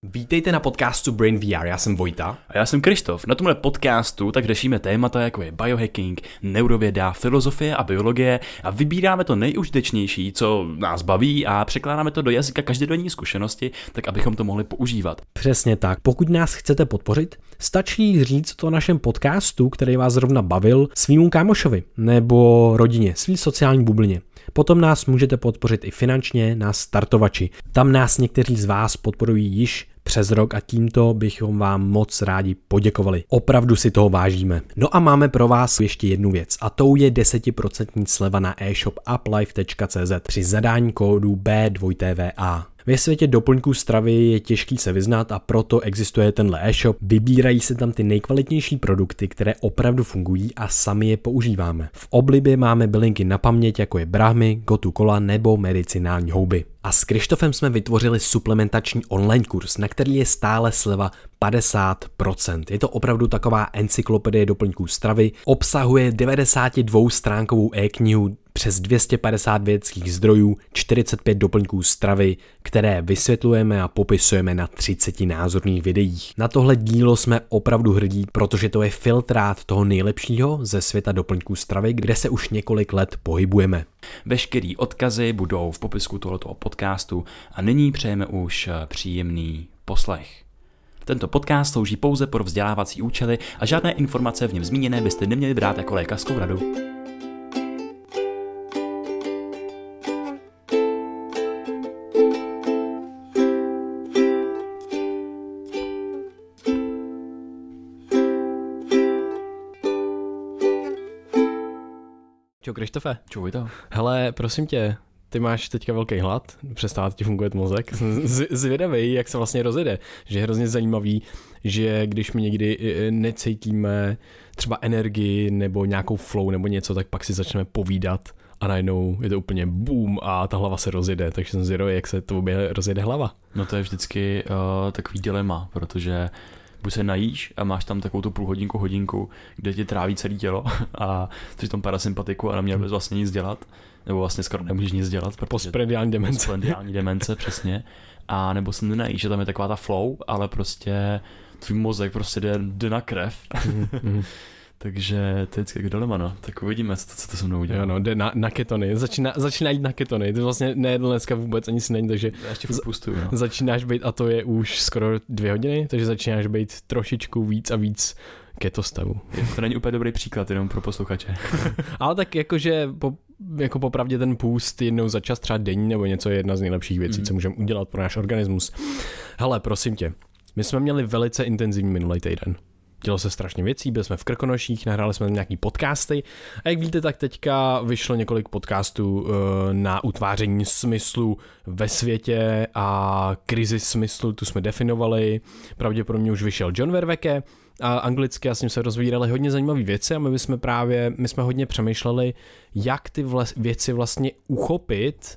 Vítejte na podcastu Brain VR, já jsem Vojta. A já jsem Krištof. Na tomhle podcastu tak řešíme témata jako je biohacking, neurověda, filozofie a biologie a vybíráme to nejužitečnější, co nás baví a překládáme to do jazyka každodenní zkušenosti, tak abychom to mohli používat. Přesně tak. Pokud nás chcete podpořit, stačí říct o našem podcastu, který vás zrovna bavil, svýmu kámošovi nebo rodině, svý sociální bublině. Potom nás můžete podpořit i finančně na Startovači. Tam nás někteří z vás podporují již přes rok a tímto bychom vám moc rádi poděkovali. Opravdu si toho vážíme. No a máme pro vás ještě jednu věc a tou je 10% sleva na e-shop uplife.cz při zadání kódu B2TVA. Ve světě doplňků stravy je těžký se vyznat a proto existuje tenhle e-shop. Vybírají se tam ty nejkvalitnější produkty, které opravdu fungují a sami je používáme. V oblibě máme bylinky na paměť, jako je brahmy, gotu kola nebo medicinální houby. A s Krištofem jsme vytvořili suplementační online kurz, na který je stále sleva 50%. Je to opravdu taková encyklopedie doplňků stravy, obsahuje 92stránkovou e-knihu, přes 250 vědeckých zdrojů, 45 doplňků stravy, které vysvětlujeme a popisujeme na 30 názorných videích. Na tohle dílo jsme opravdu hrdí, protože to je filtrát toho nejlepšího ze světa doplňků stravy, kde se už několik let pohybujeme. Veškerý odkazy budou v popisku tohoto podcastu a nyní přejeme už příjemný poslech. Tento podcast slouží pouze pro vzdělávací účely a žádné informace v něm zmíněné byste neměli brát jako lékařskou radu. Čau Krištofe. Čau Vojto. Hele, prosím tě, ty máš teďka velký hlad, přestává ti fungovat mozek. Zvědavej, jak se vlastně rozjede. Že je hrozně zajímavý, že když my někdy necítíme třeba energii nebo nějakou flow nebo něco, tak pak si začneme povídat a najednou je to úplně boom a ta hlava se rozjede, takže jsem zvědavý, jak se to rozjede hlava. No to je vždycky takový dilema, protože buď se najíš a máš tam takovou tu hodinku, kde ti tráví celé tělo a jsi v tom parasympatiku a neměl bys vlastně nic dělat, nebo vlastně skoro nemůžeš nic dělat. Postprandiální demence. Postprandiální demence, přesně. A nebo se nenajíš, že tam je taková ta flow, ale prostě tvůj mozek prostě jde na krev. Takže to je vždycky dilema, no. Tak uvidíme, co to se mnou udělá. Jo, no, jde na ketony, začíná jít na ketony, ty vlastně nejedl dneska vůbec ani si není, takže já ještě pustuju, no. Začínáš být, a to je už skoro 2 hodiny, takže začínáš být trošičku víc a víc ketostavu. To není úplně dobrý příklad, jenom pro posluchače. Ale tak jakože jako popravdě ten půst jednou za čas, třeba denní nebo něco, je jedna z nejlepších věcí, co můžeme udělat pro náš organismus. Hele, prosím tě, my jsme měli velice intenzivní minulý týden. Dělo se strašně věcí, byli jsme v Krkonoších, nahráli jsme nějaký podcasty a jak víte, tak teďka vyšlo několik podcastů na utváření smyslu ve světě a krizi smyslu, tu jsme definovali, pravděpodobně už vyšel John Vervaeke a anglicky a s ním se rozvíraly hodně zajímavé věci a my jsme hodně přemýšleli, jak ty věci vlastně uchopit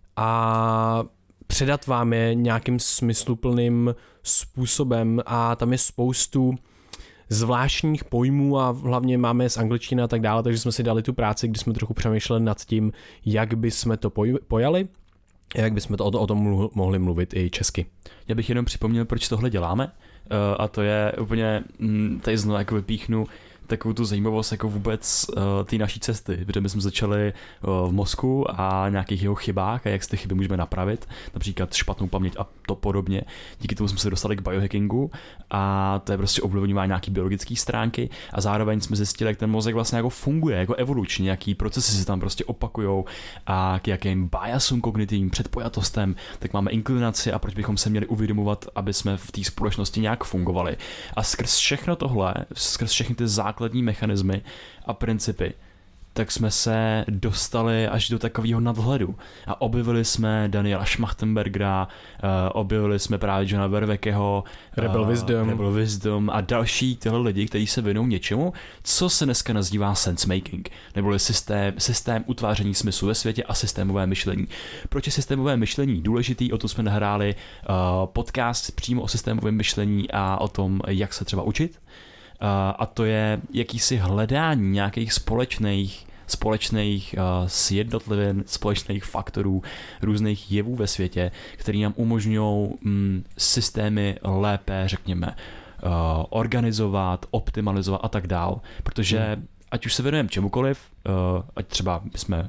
a předat vám je nějakým smysluplným způsobem a tam je spoustu zvláštních pojmů a hlavně máme z angličtiny a tak dále, takže jsme si dali tu práci, kdy jsme trochu přemýšleli nad tím, jak bychom to pojali a jak bychom to o tom mohli mluvit i česky. Já bych jenom připomněl, proč tohle děláme a to je úplně, tady znovu jako vypíchnu takovou tu zajímavost jako vůbec té naší cesty, protože my jsme začali v mozku a nějakých jeho chybách a jak z těch chyby můžeme napravit, například špatnou paměť a to podobně. Díky tomu jsme se dostali k biohackingu a to je prostě ovlivňování nějaký biologické stránky a zároveň jsme zjistili, jak ten mozek vlastně jako funguje, jako evolučně, jaký procesy se tam prostě opakujou a k jakým biasům kognitivním předpojatostem, tak máme inklinaci a proč bychom se měli uvědomovat, aby jsme v té společnosti nějak fungovali. A skrz všechno tohle, skrz všechny ty základní mechanismy a principy, tak jsme se dostali až do takového nadhledu a objevili jsme Daniela Schmachtenbergera, objevili jsme právě Johna Vervaekeho, Rebel Wisdom a další tyhle lidi, kteří se věnují něčemu, co se dneska nazývá sense making, neboli systém utváření smyslu ve světě a systémové myšlení. Proč je systémové myšlení důležitý? O tom jsme nahráli podcast přímo o systémovém myšlení a o tom, jak se třeba učit. A to je jakýsi hledání nějakých společných sjednotlivin, společných faktorů, různých jevů ve světě, které nám umožňují systémy lépe, řekněme, organizovat, optimalizovat a tak dál, protože ať už se věnujeme čemukoliv, ať třeba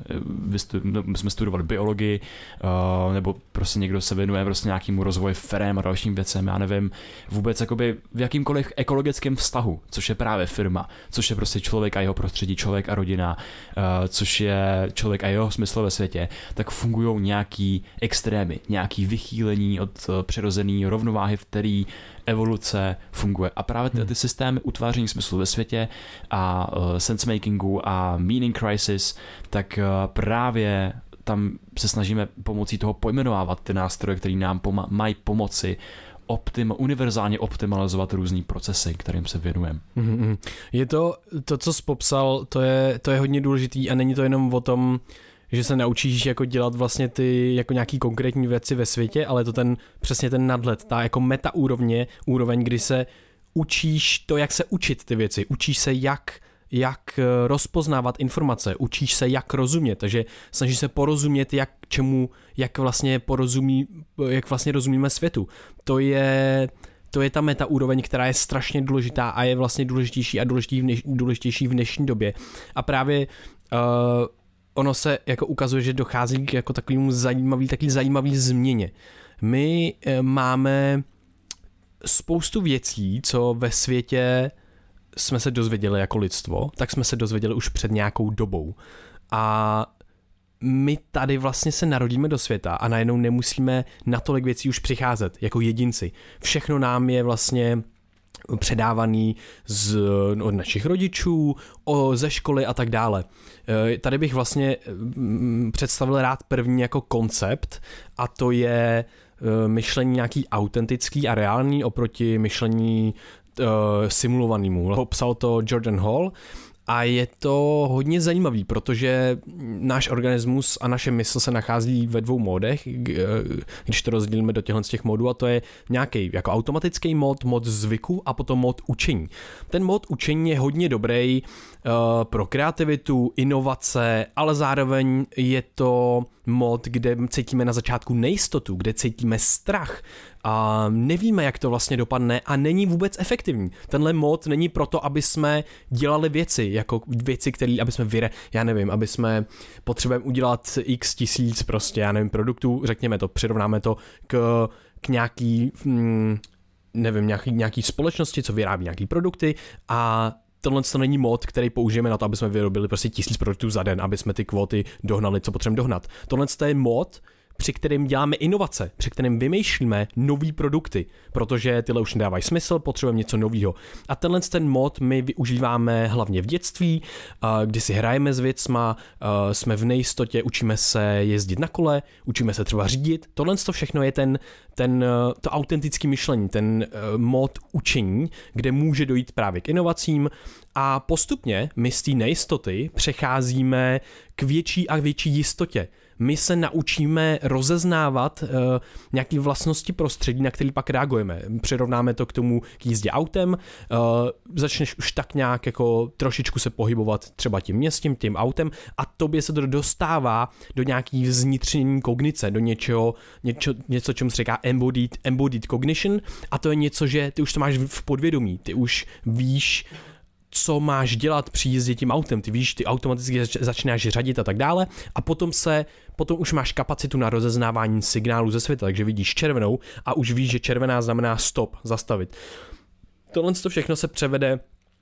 jsme studovali biologii, nebo prostě někdo se věnuje prostě nějakému rozvoji firem a dalším věcem, já nevím, vůbec jakoby v jakýmkoliv ekologickém vztahu, což je právě firma, což je prostě člověk a jeho prostředí, člověk a rodina, což je člověk a jeho smysl ve světě, tak fungují nějaký extrémy, nějaký vychýlení od přirozené rovnováhy, v který evoluce funguje. A právě ty systémy utváření smyslu ve světě a sensemakingu a meaning crisis, tak právě tam se snažíme pomocí toho pojmenovávat ty nástroje, které nám mají pomoci univerzálně optimalizovat různý procesy, kterým se věnujeme. Je to, co jsi popsal, to je hodně důležitý a není to jenom o tom, že se naučíš jako dělat vlastně ty jako nějaký konkrétní věci ve světě, ale to přesně ten nadhled, ta jako meta úroveň, kdy se učíš to, jak se učit ty věci, učíš se jak rozpoznávat informace, učíš se jak rozumět, takže snažíš se porozumět jak vlastně rozumíme světu. To je ta meta úroveň, která je strašně důležitá a je vlastně důležitější a důležitější v dnešní době. A právě ono se jako ukazuje, že dochází k jako takový zajímavý změně. My máme spoustu věcí, co ve světě jsme se dozvěděli jako lidstvo, tak jsme se dozvěděli už před nějakou dobou. A my tady vlastně se narodíme do světa a najednou nemusíme na tolik věcí už přicházet jako jedinci. Všechno nám je vlastně předávaný od našich rodičů, ze školy a tak dále. Tady bych vlastně představil rád první jako koncept a to je myšlení nějaký autentický a reálný oproti myšlení simulovanému. Popsal to Jordan Hall a je to hodně zajímavý, protože náš organismus a naše mysl se nachází ve dvou módech, když to rozdělíme do těch módů, a to je nějaký jako automatický mód zvyku a potom mód učení. Ten mód učení je hodně dobrý pro kreativitu, inovace, ale zároveň je to mód, kde cítíme na začátku nejistotu, kde cítíme strach a nevíme, jak to vlastně dopadne a není vůbec efektivní. Tenhle mód není proto, aby jsme dělali věci, které, aby jsme aby jsme potřebujeme udělat x tisíc prostě, produktů, řekněme to, přirovnáme to k nějaký, nějaký společnosti, co vyrábí nějaký produkty a tohle to není mod, který použijeme na to, aby jsme vyrobili prostě 1000 produktů za den, aby jsme ty kvóty dohnali, co potřebujeme dohnat. Tohle je mod, při kterém děláme inovace, při kterém vymýšlíme nový produkty, protože tyhle už nedávají smysl, potřebujeme něco nového. A ten mod my využíváme hlavně v dětství, kdy si hrajeme s věcma, jsme v nejistotě, učíme se jezdit na kole, učíme se třeba řídit. Tohle všechno je to autentické myšlení, ten mod učení, kde může dojít právě k inovacím a postupně my z té nejistoty přecházíme k větší a větší jistotě. My se naučíme rozeznávat nějaké vlastnosti prostředí, na který pak reagujeme. Přirovnáme to k tomu k jízdě autem, začneš už tak nějak jako trošičku se pohybovat třeba tím městem, tím autem a tobě se to dostává do nějaký vnitřní kognice, do něco, čemu se říká embodied cognition a to je něco, že ty už to máš v podvědomí, ty už víš, co máš dělat při jízdě tím autem, ty víš, ty automaticky začínáš řadit a tak dále a potom už máš kapacitu na rozeznávání signálů ze světa, takže vidíš červenou a už víš, že červená znamená stop, zastavit. Tohle všechno se převede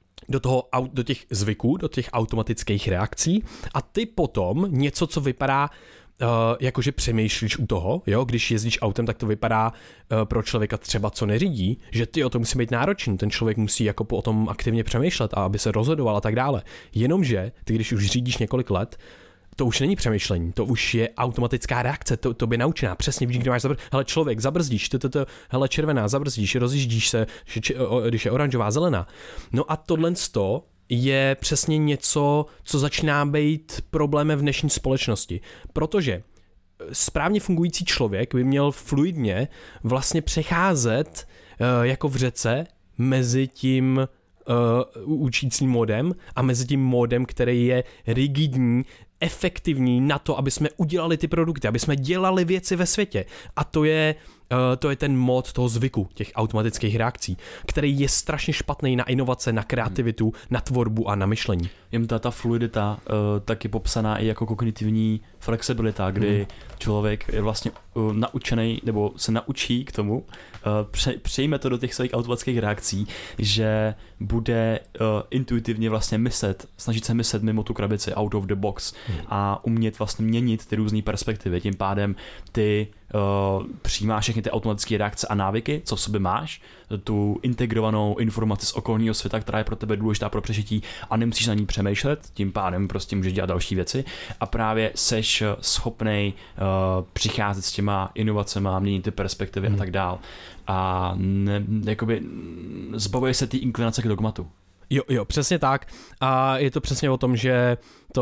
do těch zvyků, do těch automatických reakcí a ty potom něco, co vypadá jakože přemýšlíš u toho, jo, když jezdíš autem, tak to vypadá pro člověka třeba, co neřídí, že to musí být náročný, ten člověk musí jako o tom aktivně přemýšlet a aby se rozhodoval a tak dále. Jenomže ty, když už řídíš několik let, to už není přemýšlení, to už je automatická reakce, to by naučená, přesně víš, kde máš hele člověk, zabrzdíš, hele červená, zabrzdíš, rozjíždíš se, když je oranžová, zelená. No a tohle je přesně něco, co začíná být problémem v dnešní společnosti, protože správně fungující člověk by měl fluidně vlastně přecházet jako v řece mezi tím učícím módem a mezi tím módem, který je rigidní, efektivní na to, aby jsme udělali ty produkty, aby jsme dělali věci ve světě. A to je ten mod toho zvyku, těch automatických reakcí, který je strašně špatný na inovace, na kreativitu, na tvorbu a na myšlení. Jen ta fluidita tak je popsaná i jako kognitivní flexibilita, kdy člověk je vlastně naučený, nebo se naučí k tomu, přejme to do těch svých automatických reakcí, že bude intuitivně vlastně snažit se myslet mimo tu krabici, out of the box a umět vlastně měnit ty různé perspektivy. Tím pádem ty přijímáš všechny ty automatické reakce a návyky, co v sobě máš, tu integrovanou informaci z okolního světa, která je pro tebe důležitá pro přežití a nemusíš na ní přemýšlet, tím pádem prostě můžeš dělat další věci a právě seš schopnej přicházet s těma inovacema, měnit ty perspektivy a tak dál. A jakoby zbavuje se ty inklinace k dogmatu. Jo, přesně tak. A je to přesně o tom, že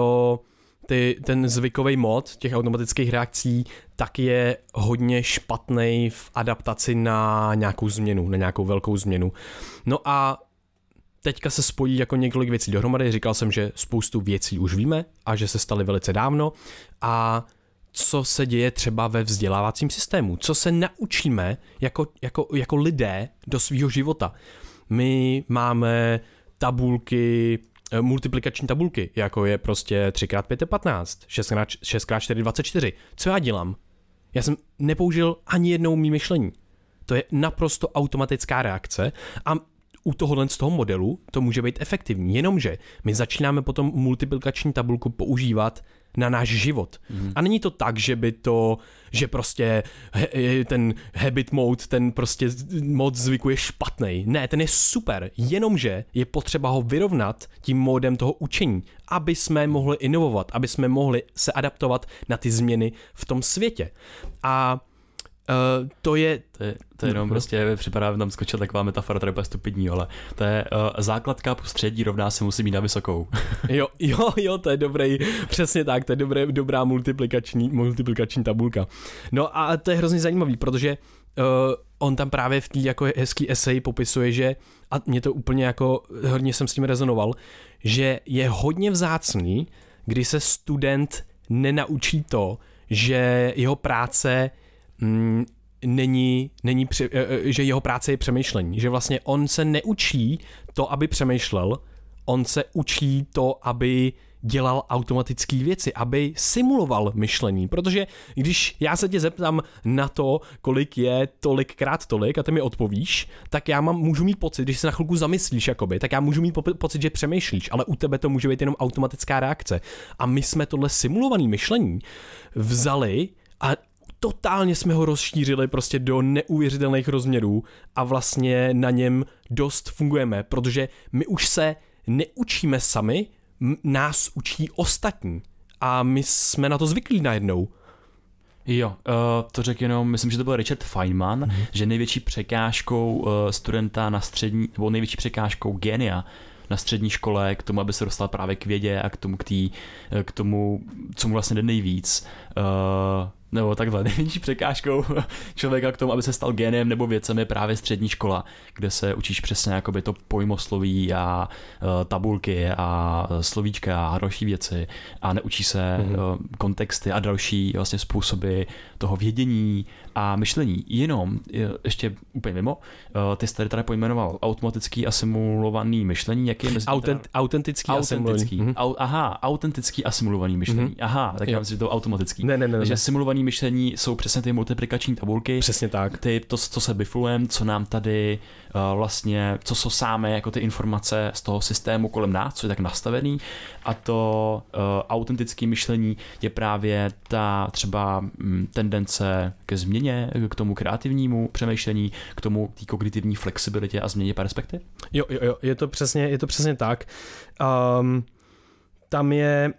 ten zvykový mod těch automatických reakcí tak je hodně špatný v adaptaci na nějakou změnu, na nějakou velkou změnu. No a teďka se spojí jako několik věcí dohromady. Říkal jsem, že spoustu věcí už víme a že se staly velice dávno. A co se děje třeba ve vzdělávacím systému? Co se naučíme jako lidé do svého života? My máme tabulky, multiplikační tabulky, jako je prostě 3x5 je 15, 6x4 je 24. Co já dělám? Já jsem nepoužil ani jednou mý myšlení. To je naprosto automatická reakce a u z toho modelu to může být efektivní, jenomže my začínáme potom multiplikační tabulku používat na náš život. A není to tak, že prostě ten habit mode, ten prostě mod zvyku je špatný. Ne, ten je super, jenomže je potřeba ho vyrovnat tím módem toho učení, aby jsme mohli inovovat, aby jsme mohli se adaptovat na ty změny v tom světě. A to je jenom prostě připadá, tam skočila taková metafora, která je stupidní, ale to je základka po střední rovná se musí mít na vysokou. jo, to je dobrý, přesně tak, to je dobrá multiplikační tabulka. No a to je hrozně zajímavý, protože on tam právě v té jako hezký esej popisuje, že, a mě to úplně jako, hodně jsem s tím rezonoval, že je hodně vzácný, kdy se student nenaučí to, že jeho práce že jeho práce je přemýšlení, že vlastně on se neučí to, aby přemýšlel, on se učí to, aby dělal automatické věci, aby simuloval myšlení, protože když já se tě zeptám na to, kolik je tolikkrát tolik a ty mi odpovíš, tak já můžu mít pocit, když se na chvilku zamyslíš jakoby, tak já můžu mít pocit, že přemýšlíš, ale u tebe to může být jenom automatická reakce. A my jsme tohle simulované myšlení vzali a totálně jsme ho rozšířili prostě do neuvěřitelných rozměrů a vlastně na něm dost fungujeme, protože my už se neučíme sami, nás učí ostatní a my jsme na to zvyklí najednou. Jo, to řekl jenom, myslím, že to byl Richard Feynman, že největší překážkou studenta na střední, nebo největší překážkou génia na střední škole k tomu, aby se dostal právě k vědě a k tomu, co mu vlastně jde nejvíc, nebo takhle, největší překážkou člověka k tomu, aby se stal géniem nebo vědcem je právě střední škola, kde se učíš přesně jakoby to pojmosloví a tabulky a slovíčka a další věci a neučí se kontexty a další vlastně způsoby toho vědění a myšlení. Jenom, ještě úplně mimo, ty jsi tady pojmenoval automatický a simulovaný myšlení, jaký je mezi autentický a simulovaný. Autentický a simulovaný myšlení. Aha, tak já myslím, že to automatický. Ne. Takže simulovaný myšlení jsou přesně ty multiplikační tabulky. Přesně tak. To, co se biflujeme, co nám tady vlastně, co sosáme jako ty informace z toho systému kolem nás, co je tak nastavený, a to autentické myšlení je právě ta třeba tendence ke změně, k tomu kreativnímu přemýšlení, k tomu té kognitivní flexibilitě a změně perspektiv? Jo, je to přesně tak. Tam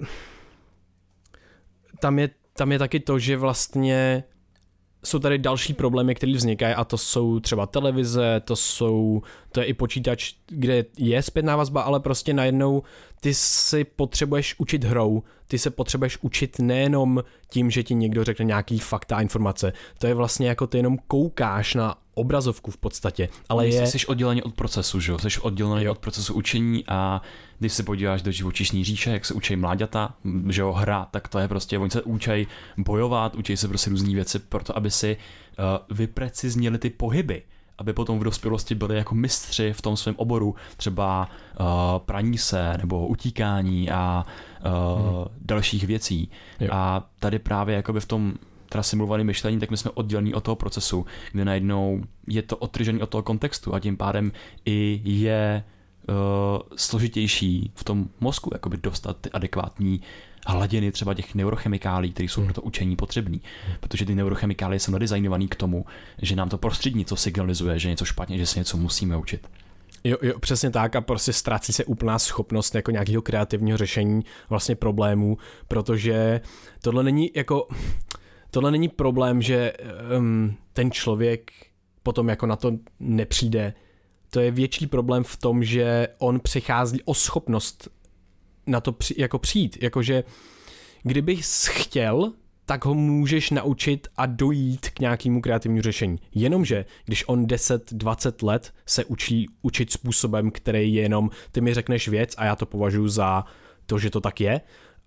je taky to, že vlastně jsou tady další problémy, které vznikají, a to jsou třeba televize, to je i počítač, kde je zpětná vazba, ale prostě najednou ty si potřebuješ učit hrou, ty se potřebuješ učit nejenom tím, že ti někdo řekne nějaký fakta a informace, to je vlastně jako ty jenom koukáš na obrazovku v podstatě, ale jsi oddělený od procesu, že jo? Jsi oddělený od procesu učení a když se podíváš do živočišní říše, jak se učí mláďata, že jo, hra, tak to je prostě, oni se učí bojovat, učí se prostě různý věci proto, aby si vypreciznili ty pohyby, aby potom v dospělosti byli jako mistři v tom svém oboru, třeba praní se nebo utíkání a dalších věcí. Jo. A tady právě jakoby v tom teda simulovaném myšlení, tak my jsme oddělení od toho procesu, kde najednou je to odtržený od toho kontextu a tím pádem i je složitější v tom mozku jakoby dostat ty adekvátní hladiny třeba těch neurochemikálí, které jsou pro to učení potřebný. Protože ty neurochemikálie jsou nadizajnované k tomu, že nám to prostředí něco signalizuje, že něco špatně, že se něco musíme učit. Jo, přesně tak a prostě ztrácí se úplná schopnost jako nějakého kreativního řešení vlastně problémů, protože tohle není problém, že ten člověk potom jako na to nepřijde. To je větší problém v tom, že on přichází o schopnost na to jako přijít. Jakože kdybych chtěl, tak ho můžeš naučit a dojít k nějakému kreativnímu řešení. Jenomže, když on 10-20 let se učí učit způsobem, který je jenom ty mi řekneš věc a já to považuji za to, že to tak je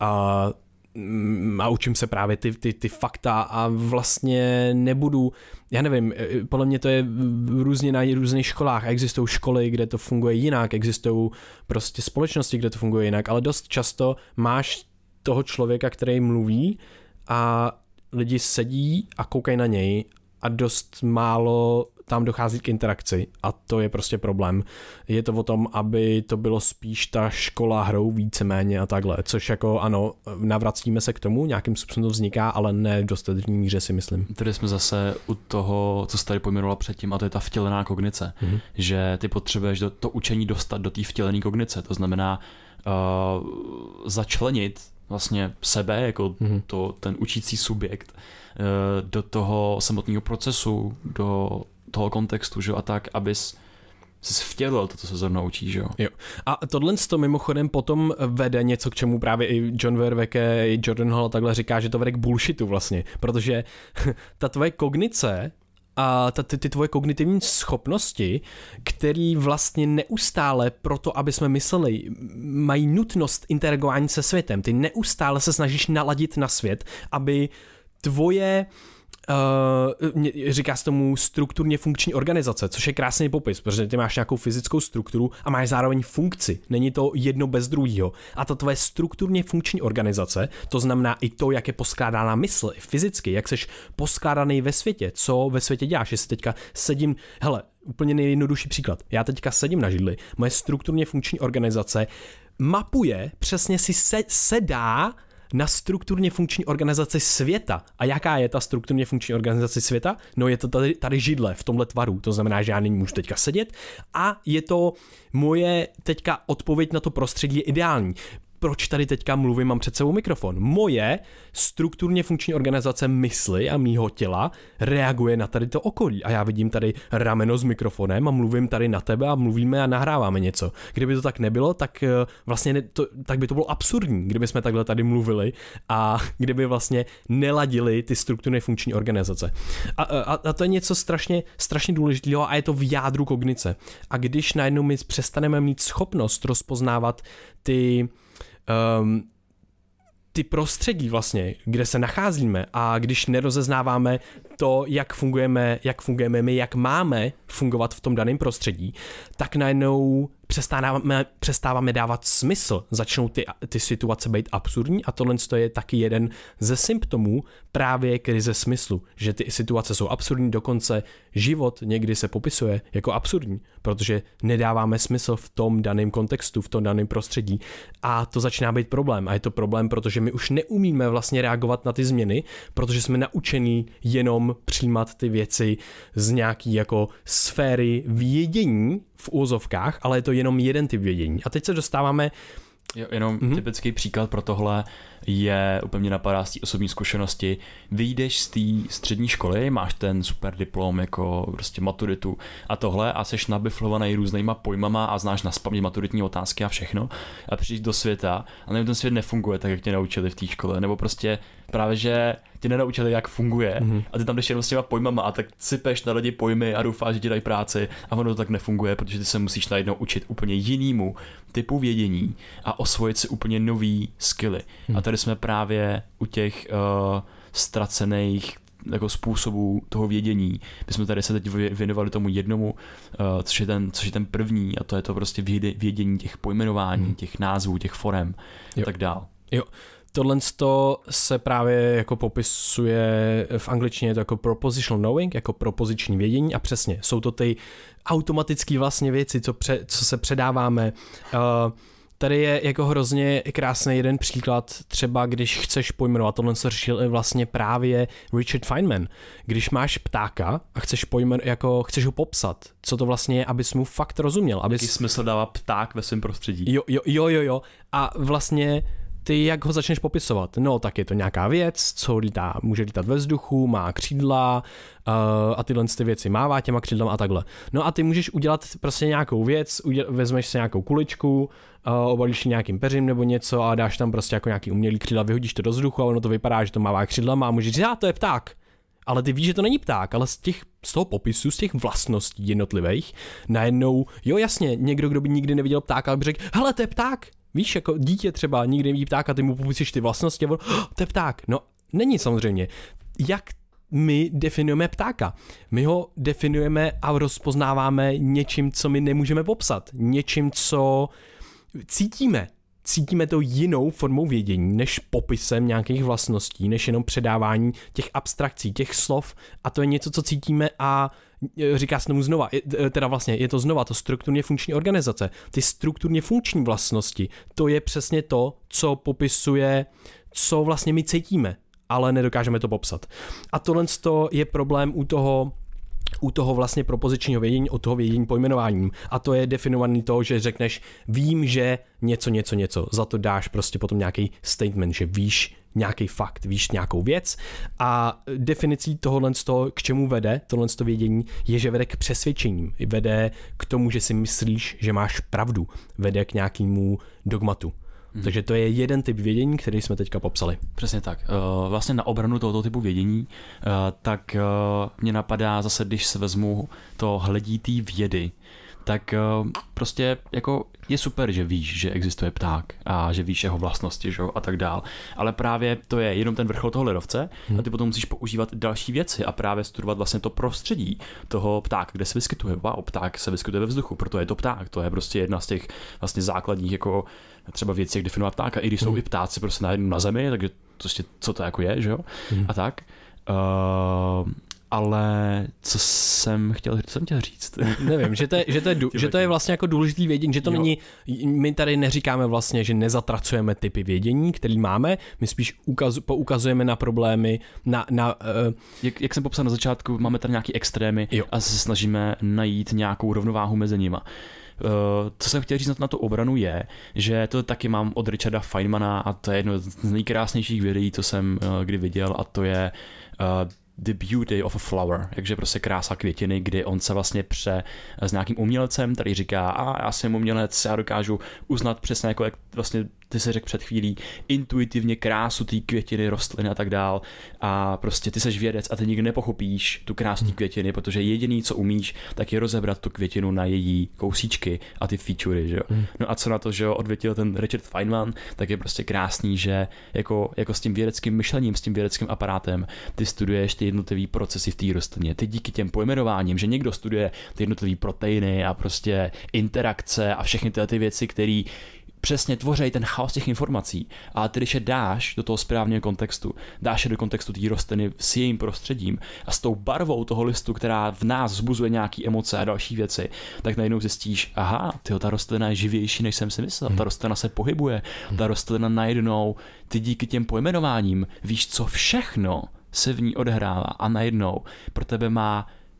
a učím se právě ty fakta a vlastně nebudu, já nevím, podle mě to je různě na různých školách a existují školy, kde to funguje jinak, existují prostě společnosti, kde to funguje jinak, ale dost často máš toho člověka, který mluví a lidi sedí a koukají na něj a dost málo tam dochází k interakci a to je prostě problém. Je to o tom, aby to bylo spíš ta škola hrou víceméně a takhle, což jako ano, navracíme se k tomu, nějakým způsobem to vzniká, ale ne v dostatečné míře si myslím. Tady jsme zase u toho, co jsi tady pojmenovala předtím, a to je ta vtělená kognice, že ty potřebuješ to učení dostat do té vtělené kognice, to znamená začlenit vlastně sebe jako ten učící subjekt do toho samotného procesu, do toho kontextu, že? A tak, abys jsi vtělil to, co se zrovna učí, že jo. A tohle to mimochodem potom vede něco, k čemu právě i John Verweke, i Jordan Hall takhle říká, že to vede k bullshitu vlastně, protože ta tvoje kognice a ty tvoje kognitivní schopnosti, který vlastně neustále proto, aby jsme mysleli, mají nutnost interagování se světem. Ty neustále se snažíš naladit na svět, aby tvoje říká se tomu strukturně funkční organizace, což je krásný popis, protože ty máš nějakou fyzickou strukturu a máš zároveň funkci. Není to jedno bez druhého. A ta tvoje strukturně funkční organizace, to znamená i to, jak je poskládána mysl, i fyzicky, jak seš poskládaný ve světě, co ve světě děláš, jestli teďka sedím, hele, úplně nejjednodušší příklad, já teďka sedím na židli, moje strukturně funkční organizace mapuje, přesně si sedá na strukturně funkční organizaci světa. A jaká je ta strukturně funkční organizace světa? No je to tady židle v tomhle tvaru, to znamená, že já nyní můžu teďka sedět a je to moje teďka odpověď na to prostředí je ideální. Proč tady teďka mluvím, mám před sebou mikrofon? Moje strukturně funkční organizace mysli a mýho těla reaguje na tady to okolí a já vidím tady rameno s mikrofonem a mluvím tady na tebe a mluvíme a nahráváme něco. Kdyby to tak nebylo, tak vlastně tak by to bylo absurdní, kdyby jsme takhle tady mluvili a kdyby vlastně neladili ty strukturně funkční organizace. A to je něco strašně důležitého a je to v jádru kognice. A když najednou my přestaneme mít schopnost rozpoznávat ty prostředí vlastně, kde se nacházíme a když nerozeznáváme to, jak fungujeme my, jak máme fungovat v tom daném prostředí, tak najednou přestáváme dávat smysl, začnou ty situace být absurdní a tohle je taky jeden ze symptomů právě krize smyslu, že ty situace jsou absurdní, dokonce život někdy se popisuje jako absurdní, protože nedáváme smysl v tom daném kontextu, v tom daném prostředí a to začíná být problém a je to problém, protože my už neumíme vlastně reagovat na ty změny, protože jsme naučení jenom přijímat ty věci z nějaký jako sféry vědění v úvozovkách, ale je to jenom jeden typ vědění. A teď se dostáváme Jo, jenom typický příklad pro tohle je, úplně mě napadá z té osobní zkušenosti, vyjdeš z té střední školy, máš ten super diplom jako prostě maturitu a tohle a seš nabiflovaný různýma pojmama a znáš naspaměť maturitní otázky a všechno a přijdeš do světa a nevím, ten svět nefunguje tak, jak tě naučili v té škole, nebo prostě právě, že tě nenaučili, jak funguje a ty tam jdeš jenom s těma pojmama a tak sypeš na lidi pojmy a doufáš, že ti dají práci a ono to tak nefunguje, protože ty se musíš najednou učit úplně jinému typu vědění a osvojit si úplně nový skilly. A tady jsme právě u těch ztracených jako způsobů toho vědění. My jsme tady se teď věnovali tomu jednomu, což je ten první a to je to prostě vědění těch pojmenování, těch názvů, těch forem a tak dál. Jo. Tohle se právě jako popisuje v angličtině to jako propositional knowing, jako propoziční vědění a přesně, jsou to ty automatické vlastně věci, co se předáváme. Tady je jako hrozně krásný jeden příklad, třeba když chceš pojmenovat, tohle se řešil vlastně právě Richard Feynman. Když máš ptáka a chceš ho popsat, co to vlastně je, abys mu fakt rozuměl. Jaký smysl dává pták ve svém prostředí? Jo. A vlastně ty jak ho začneš popisovat? No, tak je to nějaká věc, co lítá, může lítat ve vzduchu, má křídla a tyhle ty věci mává těma křídlama a takhle. No a ty můžeš udělat prostě nějakou věc, vezmeš si nějakou kuličku, obalíš ji nějakým peřím nebo něco a dáš tam prostě jako nějaký umělý křídla, vyhodíš to do vzduchu a ono to vypadá, že to mává křídlama a můžeš říct, to je pták. Ale ty víš, že to není pták, ale z toho popisu, z těch vlastností jednotlivých, najednou, jo jasně, někdo, kdo by nikdy neviděl ptáka, by řekl, hele, to je pták. Víš, jako dítě třeba nikdy nevidí ptáka, ty mu popisíš ty vlastnosti a on, to je pták. No, není samozřejmě. Jak my definujeme ptáka? My ho definujeme a rozpoznáváme něčím, co my nemůžeme popsat. Něčím, co cítíme. Cítíme to jinou formou vědění, než popisem nějakých vlastností, než jenom předávání těch abstrakcí, těch slov a to je něco, co cítíme a říká se tomu znova, je to znova, to strukturně funkční organizace. Ty strukturně funkční vlastnosti, to je přesně to, co popisuje, co vlastně my cítíme, ale nedokážeme to popsat. A tohle je problém u toho vlastně propozičního vědění, od toho vědění pojmenováním. A to je definovaný to, že řekneš, vím, že něco, za to dáš prostě potom nějaký statement, že víš nějaký fakt, víš nějakou věc a definicí tohohle, k čemu vede tohle vědění, je, že vede k přesvědčením, vede k tomu, že si myslíš, že máš pravdu, vede k nějakému dogmatu. Takže to je jeden typ vědění, který jsme teďka popsali. Přesně tak. Vlastně na obranu tohoto typu vědění, tak mě napadá zase, když se vezmu to hledítý vědy, tak prostě jako je super, že víš, že existuje pták a že víš jeho vlastnosti, že? A tak dál. Ale právě to je jenom ten vrchol toho ledovce a ty potom musíš používat další věci a právě studovat vlastně to prostředí toho ptáka, kde se vyskytuje. Wow, pták se vyskytuje ve vzduchu, proto je to pták. To je prostě jedna z těch vlastně základních jako třeba věcí, jak definovat ptáka. I když jsou i ptáci prostě na zemi, takže prostě co to jako je, že jo? A tak. Ale co jsem chtěl říct? Nevím, že to je vlastně jako důležitý vědění, že to není, my tady neříkáme vlastně, že nezatracujeme typy vědění, který máme, my spíš poukazujeme na problémy, Jak jsem popsal na začátku, máme tady nějaký extrémy a se snažíme najít nějakou rovnováhu mezi nima. Co jsem chtěl říct na tu obranu je, že to taky mám od Richarda Feynmana a to je jedno z nejkrásnějších videí, co jsem kdy viděl a to je The Beauty of a Flower, jakže prostě krása květiny, kdy on se vlastně s nějakým umělcem, který říká, já jsem umělec, já dokážu uznat přesně jako jak vlastně ty jsi řekl před chvílí, intuitivně krásu té květiny, rostliny a tak dál a prostě ty seš vědec a ty nikdy nepochopíš tu krásu té květiny, protože jediný, co umíš, tak je rozebrat tu květinu na její kousíčky a ty featurey, že jo. No a co na to, že jo, odvětil ten Richard Feynman, tak je prostě krásný, že jako s tím vědeckým myšlením, s tím vědeckým aparátem, ty studuješ ty jednotlivý procesy v té rostlině. Ty díky těm pojmenováním, že někdo studuje ty jednotlivý proteiny a prostě interakce a všechny ty věci, které přesně tvoří ten chaos těch informací. A ty, když je dáš do toho správného kontextu, dáš je do kontextu té rostliny s jejím prostředím a s tou barvou toho listu, která v nás vzbuzuje nějaké emoce a další věci, tak najednou zjistíš, ta rostlina je živější, než jsem si myslel. Ta rostlina se pohybuje, ta rostlina najednou, ty díky těm pojmenováním víš, co všechno se v ní odehrává a najednou pro tebe má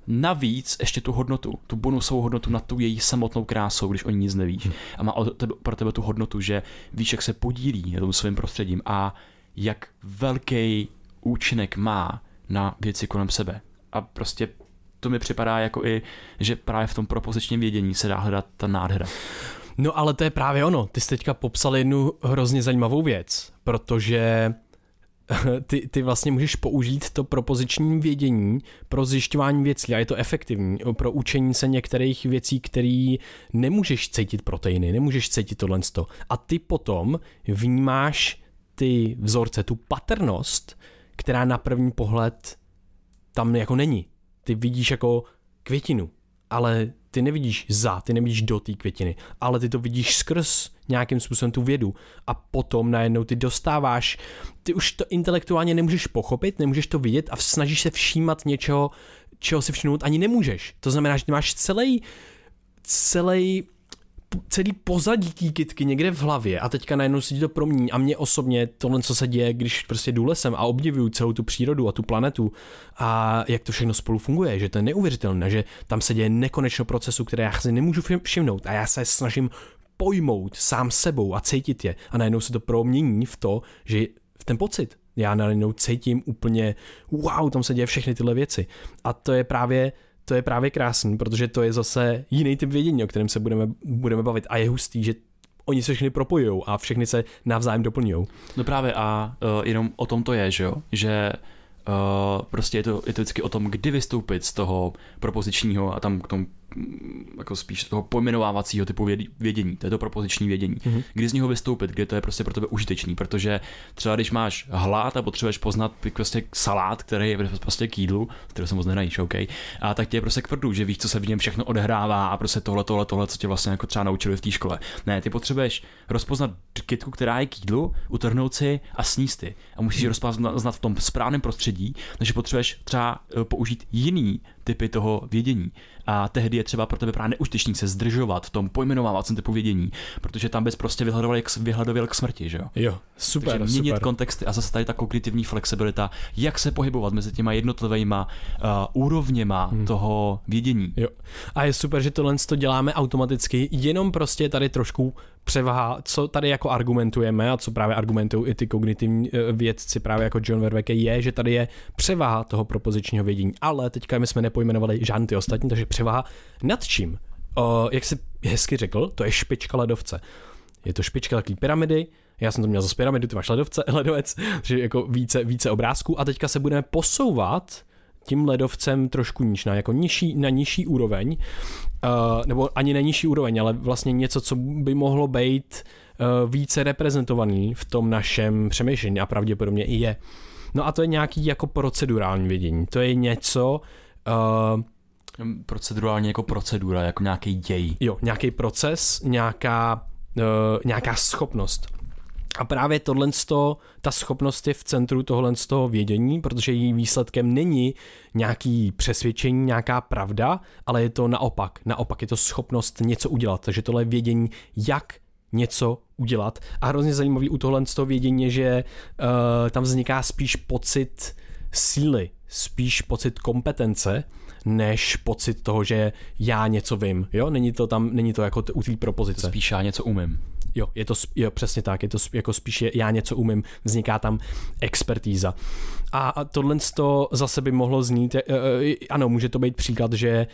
navíc ještě tu hodnotu, tu bonusovou hodnotu nad tu její samotnou krásou, když o ní nic nevíš. A má pro tebe tu hodnotu, že víš, jak se podílí na tom svým prostředím a jak velký účinek má na věci kolem sebe. A prostě to mi připadá jako i, že právě v tom propozičním vědění se dá hledat ta nádhera. No ale to je právě ono. Ty jsi teďka popsal jednu hrozně zajímavou věc, protože ty vlastně můžeš použít to propoziční vědění pro zjišťování věcí a je to efektivní pro učení se některých věcí, které nemůžeš cítit proteiny, nemůžeš cítit tohleto. A ty potom vnímáš ty vzorce, tu patrnost, která na první pohled tam jako není. Ty vidíš jako květinu, ale ty nevidíš ty nevidíš do té květiny, ale ty to vidíš skrz nějakým způsobem tu vědu a potom najednou ty dostáváš, ty už to intelektuálně nemůžeš pochopit, nemůžeš to vidět a snažíš se všímat něčeho, čeho si všimnout ani nemůžeš. To znamená, že ty máš celý pozadí té kytky někde v hlavě a teďka najednou se ti to promění a mně osobně tohle, co se děje, když prostě jdu lesem a obdivuju celou tu přírodu a tu planetu a jak to všechno spolu funguje, že to je neuvěřitelné, že tam se děje nekonečno procesu, které já si nemůžu všimnout a já se snažím pojmout sám sebou a cítit je a najednou se to promění v to, že v ten pocit já najednou cítím úplně wow, tam se děje všechny tyhle věci a to je právě krásný, protože to je zase jiný typ vědění, o kterém se budeme bavit a je hustý, že oni se všechny propojujou a všechny se navzájem doplňují. No právě a jenom o tom to je, že jo? Že prostě je to vždycky o tom, kdy vystoupit z toho propozičního a tam k tomu jako spíš toho pojmenovávacího typu vědění, to je to propoziční vědění. Mm-hmm. Kdy z něho vystoupit, kdy to je prostě pro tebe užitečný, protože třeba když máš hlad a potřebuješ poznat prostě salát, který je prostě k jídlu, který se moc nenajíš, OK, a tak tě je prostě k prdu, že víš, co se v něm všechno odehrává a prostě tohle, co tě vlastně jako třeba naučili v té škole. Ne, ty potřebuješ rozpoznat kytku, která je k jídlu, utrhnout si a sníst ji. A musíš rozpoznat v tom správném prostředí, takže potřebuješ třeba použít jiný typy toho vědění. A tehdy je třeba pro tebe právě neužitečný se zdržovat v tom pojmenovávacím typu vědění, protože tam bys prostě vyhladověl k smrti, že jo? Jo, super, takže měnit kontexty a zase tady ta kognitivní flexibilita, jak se pohybovat mezi těma jednotlivýma úrovněma toho vědění. Jo. A je super, že tohle to děláme automaticky, jenom prostě tady trošku převaha, co tady jako argumentujeme a co právě argumentují i ty kognitivní vědci právě jako John Vervaeke je, že tady je převaha toho propozičního vědění, ale teďka my jsme nepojmenovali žádný ty ostatní, takže převaha nad čím? Jak jsi hezky řekl, to je špička ledovce. Je to špička takové pyramidy, já jsem to měl zase pyramidu, ty máš ledovec, že jako více obrázků a teďka se budeme posouvat tím ledovcem trošku níž, na nižší úroveň, nebo ani na nižší úroveň, ale vlastně něco, co by mohlo být více reprezentovaný v tom našem přemýšlení a pravděpodobně i je. No a to je nějaký jako procedurální vědění. To je něco... procedurálně jako procedura, jako nějaký děj. Jo, nějaký proces, nějaká schopnost. A právě ta schopnost je v centru tohle z toho vědění, protože její výsledkem není nějaký přesvědčení, nějaká pravda, ale je to naopak. Naopak je to schopnost něco udělat. Takže tohle je vědění, jak něco udělat. A hrozně zajímavý u tohle z toho vědění je, že tam vzniká spíš pocit síly, spíš pocit kompetence, než pocit toho, že já něco vím. Jo? Není to jako u té propozice. Spíš já něco umím. Jo, jo, přesně tak, je to jako spíš já něco umím, vzniká tam expertíza. A tohle zase by mohlo znít, ano, může to být příklad, že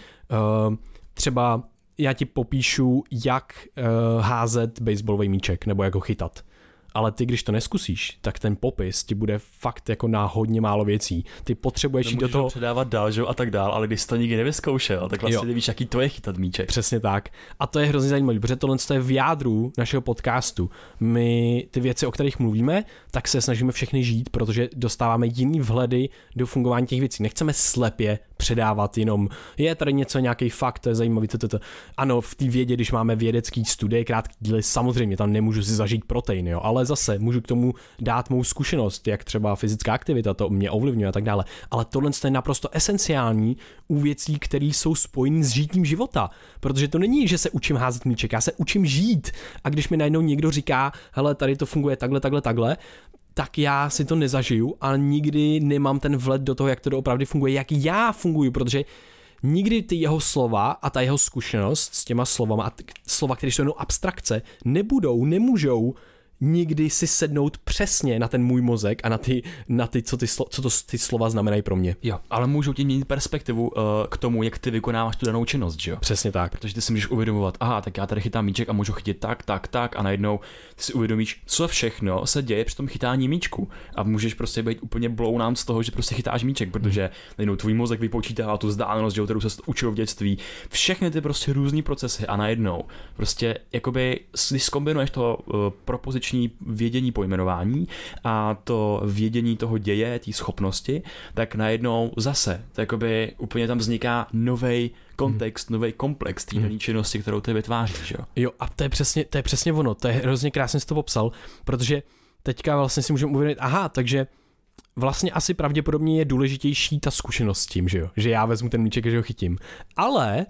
třeba já ti popíšu, jak házet baseballový míček, nebo jak ho chytat. Ale ty, když to neskusíš, tak ten popis ti bude fakt jako na hodně málo věcí. Ty potřebuješ jít do toho... předávat dál, že? A tak dál, ale když jsi to nikdy nevyzkoušel, tak vlastně nevíš, jaký to je chytat míček. Přesně tak. A to je hrozně zajímavé, protože tohle je v jádru našeho podcastu. My ty věci, o kterých mluvíme, tak se snažíme všechny žít, protože dostáváme jiný vhledy do fungování těch věcí. Nechceme slepě předávat jenom, je tady něco, nějaký fakt, to je zajímavý, Ano, v té vědě, když máme vědecký studie, krátký díly, samozřejmě tam nemůžu si zažít protein, jo, ale zase můžu k tomu dát mou zkušenost, jak třeba fyzická aktivita, to mě ovlivňuje a tak dále. Ale tohle je naprosto esenciální u věcí, které jsou spojené s žitím života, protože to není, že se učím házet míček, já se učím žít. A když mi najednou někdo říká, hele, tady to funguje takhle, tak já si to nezažiju a nikdy nemám ten vhled do toho, jak to doopravdy funguje, jak já funguji, protože nikdy ty jeho slova a ta jeho zkušenost s těma slovama a slova, které jsou jenom abstrakce, nemůžou nikdy si sednout přesně na ten můj mozek a na ty co ty slova znamenají pro mě. Jo, ale můžou ti měnit perspektivu k tomu, jak ty vykonáváš tu danou činnost, že jo? Přesně tak. Protože ty si můžeš uvědomovat, aha, tak já tady chytám míček a můžu chytit tak a najednou ty si uvědomíš, co všechno se děje při tom chytání míčku a můžeš prostě být úplně blown out z toho, že prostě chytáš míček, protože najednou tvůj mozek vypočítá tu vzdálenost, že kterou se učil v dětství, všechny ty prostě různý procesy a najednou prostě jakoby když zkombinuješ to propoziční vědění pojmenování a to vědění toho děje, té schopnosti, tak najednou zase, tak jakoby úplně tam vzniká novej kontext, nový komplex té dané činnosti, kterou ty vytváříš. Jo, a to je přesně ono, to je hrozně krásně jsi to popsal, protože teďka vlastně si můžeme uvědomit, aha, takže vlastně asi pravděpodobně je důležitější ta zkušenost s tím, že jo, že já vezmu ten míček a že ho chytím. Ale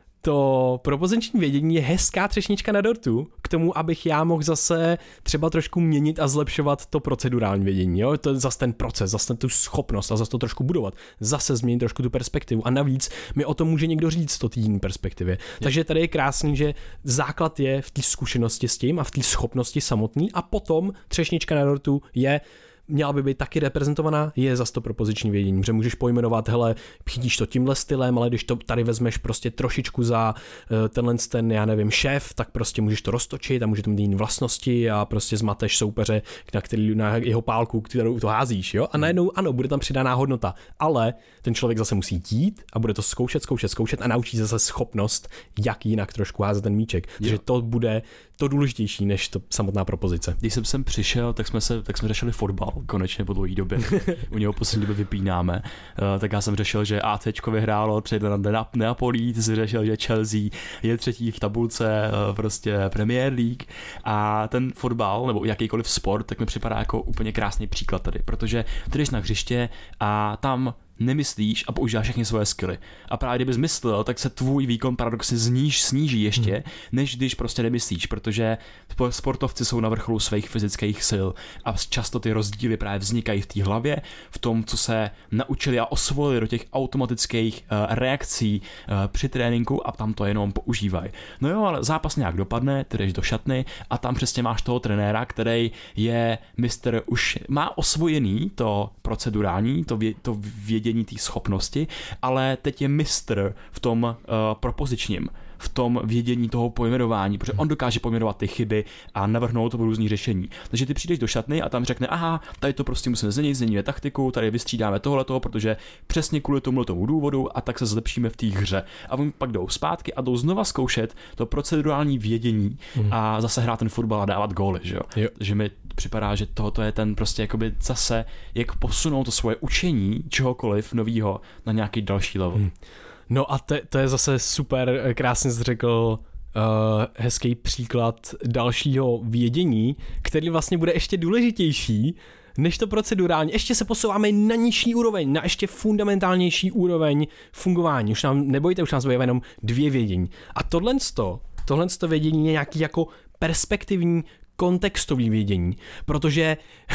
to propoziční vědění je hezká třešnička na dortu k tomu, abych já mohl zase třeba trošku měnit a zlepšovat to procedurální vědění. Jo? To je zase ten proces, zase tu schopnost a zase to trošku budovat. Zase změnit trošku tu perspektivu a navíc mi o tom může někdo říct to té jiné perspektivě. Takže tady je krásný, že základ je v té zkušenosti s tím a v té schopnosti samotný a potom třešnička na dortu je měla by být taky reprezentovaná, je zase to propoziční vědění, že můžeš pojmenovat, hele, chytíš to tímhle stylem, ale když to tady vezmeš prostě trošičku za ten, já nevím, šéf, tak prostě můžeš to roztočit a může to mít jiné vlastnosti a prostě zmateš soupeře, na jeho pálku, kterou to házíš, jo? A najednou, ano, bude tam přidaná hodnota, ale ten člověk zase musí jít a bude to zkoušet a naučí zase schopnost, jak jinak trošku házet ten míček. Takže to bude to důležitější než to samotná propozice. Když jsem sem přišel, tak jsme řešili fotbal, konečně po dlouhé době. U něho poslední době vypínáme. Tak já jsem řešil, že ACčko vyhrálo 3-1 na Neapolí, ty jsi řešil, že Chelsea je třetí v tabulce prostě Premier League a ten fotbal nebo jakýkoliv sport, tak mi připadá jako úplně krásný příklad tady, protože ty jdeš na hřiště a tam nemyslíš a používáš všechny svoje skilly. A právě kdybys myslel, tak se tvůj výkon paradoxně sníží ještě, než když prostě nemyslíš, protože sportovci jsou na vrcholu svých fyzických sil a často ty rozdíly právě vznikají v té hlavě, v tom, co se naučili a osvojili do těch automatických reakcí při tréninku a tam to jenom používají. No jo, ale zápas nějak dopadne, ty jdeš do šatny a tam přesně máš toho trenéra, který je mistr, už má osvojený to procedurální, to vědění té schopnosti, ale teď je mistr v tom propozičním, v tom vědění toho pojmenování, protože on dokáže pojmenovat ty chyby a navrhnout to v různých řešení. Takže ty přijdeš do šatny a tam řekne, aha, tady to prostě musíme změníme taktiku, tady vystřídáme tohleto, protože přesně kvůli tomu důvodu a tak se zlepšíme v té hře. A oni pak jdou zpátky a jdou znova zkoušet to procedurální vědění a zase hrát ten fotbal a dávat góly, že jo. Takže mi připadá, že tohoto je ten prostě jakoby zase, jak posunout to svoje učení čehokoliv novýho na nějaký další level. No a to je zase super, krásně jsi řekl, hezký příklad dalšího vědění, který vlastně bude ještě důležitější než to procedurální. Ještě se posouváme na nižší úroveň, na ještě fundamentálnější úroveň fungování. Už nám, nebojte, už nám zbývá jenom 2 vědění. A tohle vědění je nějaký jako perspektivní kontextový vědění, protože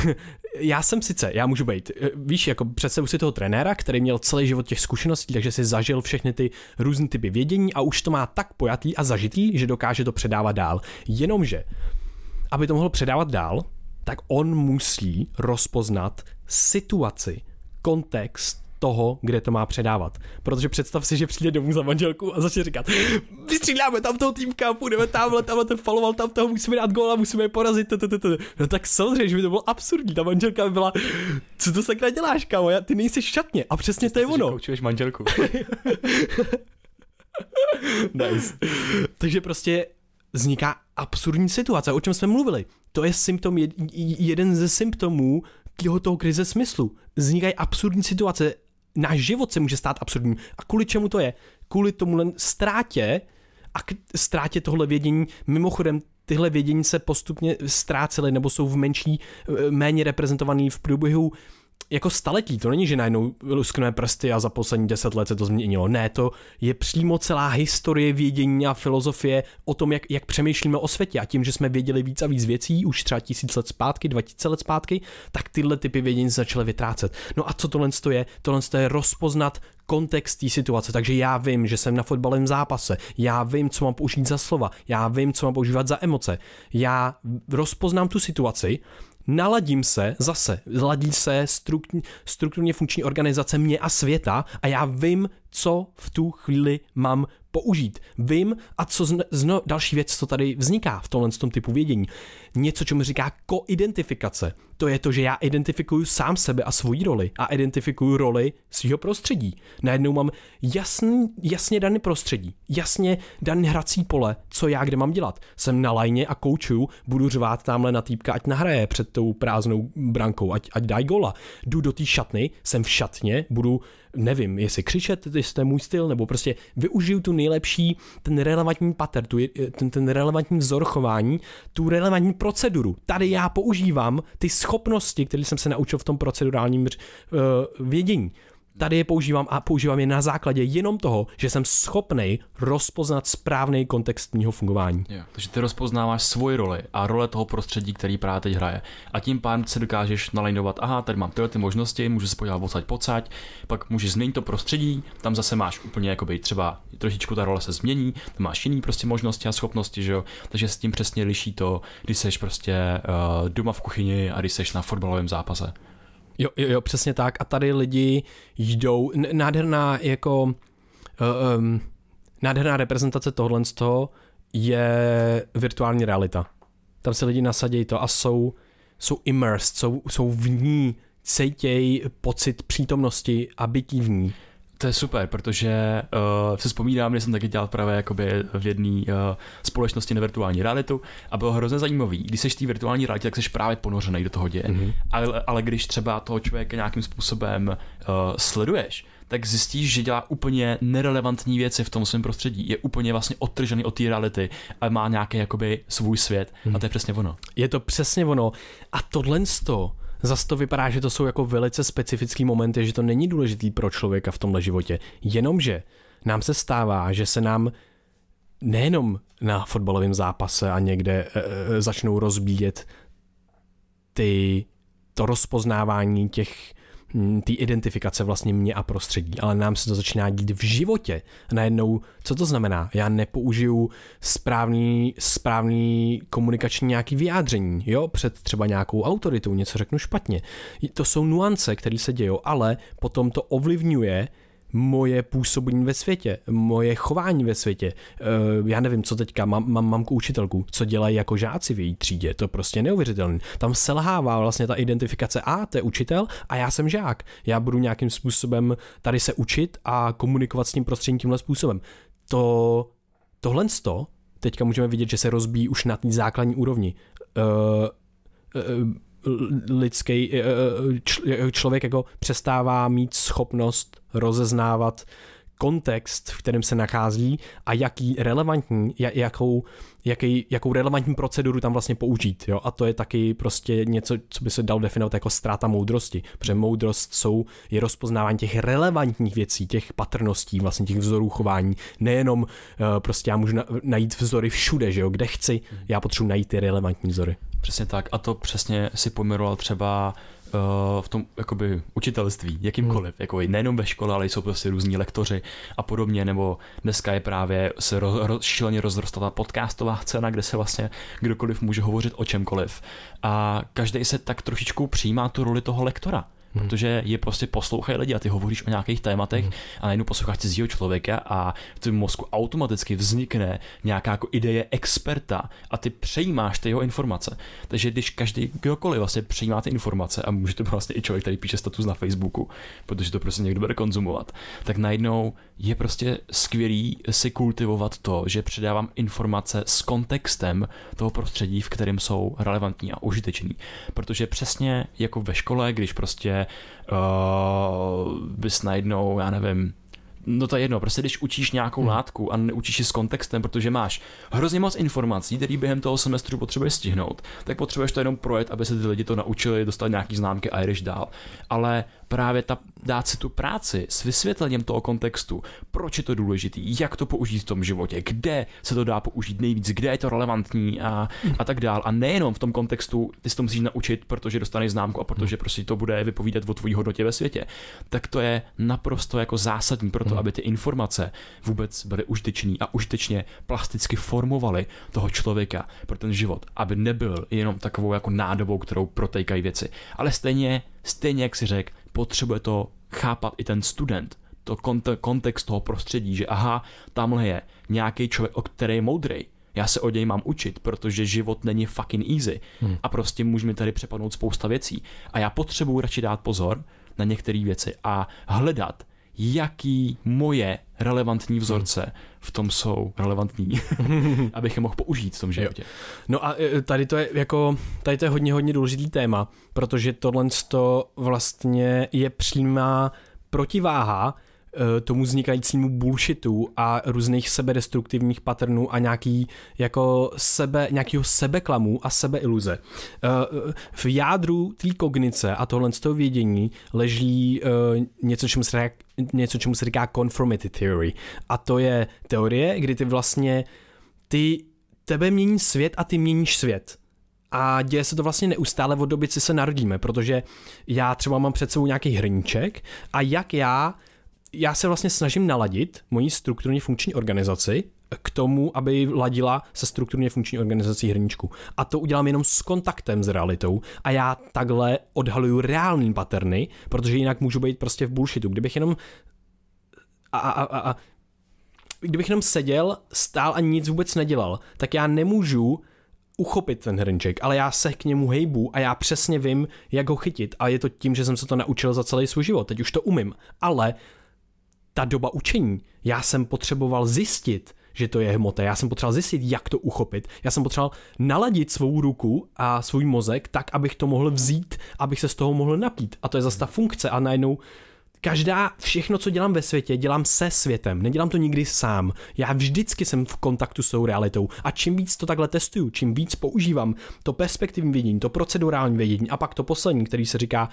já můžu být, víš, jako představu si toho trenéra, který měl celý život těch zkušeností, takže si zažil všechny ty různé typy vědění a už to má tak pojatý a zažitý, že dokáže to předávat dál. Jenomže, aby to mohl předávat dál, tak on musí rozpoznat situaci, kontext toho, kde to má předávat. Protože představ si, že přijde domů za manželku a začne říkat, vystřídáme tam toho týmka, půjdeme tamhle ten faloval, tam toho musíme dát góla, musíme je porazit. No tak samozřejmě, že by to bylo absurdní. Ta manželka by byla, co to sakra děláš, kámo, ty nejsi v šatně. A přesně to je ono. Koučuješ manželku. Nice. Takže prostě vzniká absurdní situace, o čem jsme mluvili. To je symptom, jeden ze symptomů toho krize smyslu. Vznikají absurdní situace, náš život se může stát absurdním. A kvůli čemu to je? Kvůli tomu ztrátě a ztrátě tohle vědění. Mimochodem, tyhle vědění se postupně ztrácely nebo jsou v méně reprezentovaný v průběhu jako staletí, to není, že najednou luskneme prsty a za poslední 10 let se to změnilo. Ne, to je přímo celá historie vědění a filozofie o tom, jak přemýšlíme o světě. A tím, že jsme věděli víc a víc věcí, už třeba 1000 let zpátky, 2000 let zpátky, tak tyhle typy vědění se začaly vytrácet. No a co tohle je? Tohle je rozpoznat kontext té situace. Takže já vím, že jsem na fotbalovém zápase, já vím, co mám použít za slova, já vím, co mám používat za emoce. Já rozpoznám tu situaci, naladím se, ladí se strukturně funkční organizace mě a světa a já vím, co v tu chvíli mám použít. Vím a další věc, co tady vzniká v tomhle typu vědění. Něco, čemu říká koidentifikace. To je to, že já identifikuju sám sebe a svoji roli a identifikuju roli svého prostředí. Najednou mám jasně dané prostředí, jasně dané hrací pole, co já kde mám dělat. Jsem na lajně a koučuju, budu řvát tamhle na týpka, ať nahraje před tou prázdnou brankou, ať dají góla. Jdu do té šatny, jsem v šatně, budu, nevím, jestli křičet, jestli to je můj styl, nebo prostě využiju tu nejlepší, ten relevantní pattern, ten relevantní vzor chování, tu relevantní proceduru. Tady já používám ty schopnosti, které jsem se naučil v tom procedurálním vědění. Tady je používám je na základě jenom toho, že jsem schopnej rozpoznat správný kontext mého fungování. Jo, takže ty rozpoznáváš svoji roli a role toho prostředí, který právě teď hraje. A tím pádem se dokážeš nalajnovat, aha, tady mám tyhle ty možnosti, můžu se podívat pocať, pak můžeš změnit to prostředí, tam zase máš úplně jakoby třeba trošičku ta role se změní, tam máš jiný prostě možnosti a schopnosti, že jo. Takže s tím přesně liší to, když seš prostě doma v kuchyni a když seš na fotbalovém zápase. Jo, přesně tak. A tady lidi jdou, nádherná reprezentace tohle z toho je virtuální realita. Tam se lidi nasadějí to a jsou immersed, jsou v ní, cítějí pocit přítomnosti a bytí v ní. To je super, protože si vzpomínám, že jsem taky dělal právě jakoby v jedné společnosti na virtuální realitu a bylo hrozně zajímavý. Když seš v té virtuální realitě, tak seš právě ponořený do toho děje. Mm-hmm. Ale když třeba toho člověka nějakým způsobem sleduješ, tak zjistíš, že dělá úplně nerelevantní věci v tom svém prostředí. Je úplně vlastně odtržený od té reality a má nějaký jakoby svůj svět. A to je přesně ono. Je to přesně ono. A tohle zase to vypadá, že to jsou jako velice specifický momenty, že to není důležitý pro člověka v tomhle životě. Jenomže nám se stává, že se nám nejenom na fotbalovém zápase a někde začnou rozbíjet to rozpoznávání té identifikace vlastně mě a prostředí, ale nám se to začíná dít v životě. Najednou, co to znamená? Já nepoužiju správný komunikační nějaký vyjádření, jo, před třeba nějakou autoritou, něco řeknu špatně. To jsou nuance, které se dějou, ale potom to ovlivňuje moje působení ve světě, moje chování ve světě. Já nevím, co teďka, mám mamku učitelku, co dělají jako žáci v její třídě, to prostě neuvěřitelné. Tam selhává vlastně ta identifikace, to je učitel a já jsem žák. Já budu nějakým způsobem tady se učit a komunikovat s tím prostředím tímhle způsobem. Tohle teďka můžeme vidět, že se rozbíjí už na té základní úrovni. Lidský člověk jako přestává mít schopnost rozeznávat kontext, v kterém se nachází a jakou relevantní proceduru tam vlastně použít. Jo? A to je taky prostě něco, co by se dalo definovat jako ztráta moudrosti, protože moudrost je rozpoznávání těch relevantních věcí, těch patrností, vlastně těch vzorů chování. Nejenom prostě já můžu najít vzory všude, že jo? Kde chci, já potřebuji najít ty relevantní vzory. Přesně tak a to přesně si pojmenoval třeba v tom jakoby učitelství, jakýmkoliv, jako nejenom ve škole, ale jsou prostě různí lektoři a podobně, nebo dneska je právě se šíleně rozrostla podcastová scéna, kde se vlastně kdokoliv může hovořit o čemkoliv a každý se tak trošičku přijímá tu roli toho lektora. Protože je prostě poslouchají lidi a ty hovoříš o nějakých tématech a najednou posloucháš cizího člověka a v tvém mozku automaticky vznikne nějaká jako ideje experta a ty přejímáš ty jeho informace. Takže když kdokoliv vlastně přejímá ty informace a může to být vlastně i člověk, který píše status na Facebooku, protože to prostě někdo bude konzumovat, tak najednou je prostě skvělý si kultivovat to, že předávám informace s kontextem toho prostředí, v kterém jsou relevantní a užiteční. Protože přesně jako ve škole, když prostě bys najednou, já nevím, no to je jedno, prostě když učíš nějakou látku a neučíš ji s kontextem, protože máš hrozně moc informací, který během toho semestru potřebuješ stihnout, tak potřebuješ to jenom projet, aby se ty lidi to naučili, dostat nějaký známky a jdeš dál. Ale právě dát si tu práci s vysvětlením toho kontextu, proč je to důležitý, jak to použít v tom životě, kde se to dá použít nejvíc, kde je to relevantní a tak dál. A nejenom v tom kontextu, ty si to musíš naučit, protože dostaneš známku a protože prostě to bude vypovídat o tvojí hodnotě ve světě. Tak to je naprosto jako zásadní pro to, aby ty informace vůbec byly užitečný a užitečně plasticky formovaly toho člověka pro ten život, aby nebyl jenom takovou jako nádobou, kterou protékají věci. Ale stejně jak si řekl, potřebuje to chápat i ten student, to kontext toho prostředí, že aha, tamhle je nějaký člověk, který je moudrej, já se od něj mám učit, protože život není fucking easy a prostě může mi tady přepadnout spousta věcí a já potřebuji radši dát pozor na některé věci a hledat, jaký moje relevantní vzorce v tom jsou relevantní, abych je mohl použít v tom životě. No a tady to je hodně důležitý téma, protože tohle vlastně je přímá protiváha tomu vznikajícímu bullshitu a různých sebedestruktivních patternů a nějakého sebeklamu a sebeiluze. V jádru té kognice a tohle z toho vědění leží něco, čemu se říká conformity theory. A to je teorie, kdy tebe mění svět a ty měníš svět. A děje se to vlastně neustále od doby, co se narodíme, protože já třeba mám před sebou nějaký hrníček a jak já se vlastně snažím naladit moji strukturně funkční organizaci k tomu, aby ladila se strukturně funkční organizací hrníčku. A to udělám jenom s kontaktem s realitou a já takhle odhaluju reální paterny, protože jinak můžu být prostě v bullshitu. Kdybych jenom seděl, stál a nic vůbec nedělal, tak já nemůžu uchopit ten hrnček, ale já se k němu hejbu a já přesně vím, jak ho chytit. A je to tím, že jsem se to naučil za celý svůj život. Teď už to umím. Ale ta doba učení, já jsem potřeboval zjistit, že to je hmota. Já jsem potřeboval zjistit, jak to uchopit. Já jsem potřeboval naladit svou ruku a svůj mozek tak, abych to mohl vzít, abych se z toho mohl napít. A to je zase ta funkce a najednou všechno, co dělám ve světě, dělám se světem. Nedělám to nikdy sám. Já vždycky jsem v kontaktu s tou realitou. A čím víc to takhle testuju, čím víc používám to perspektivní vědění, to procedurální vědění a pak to poslední, který se říká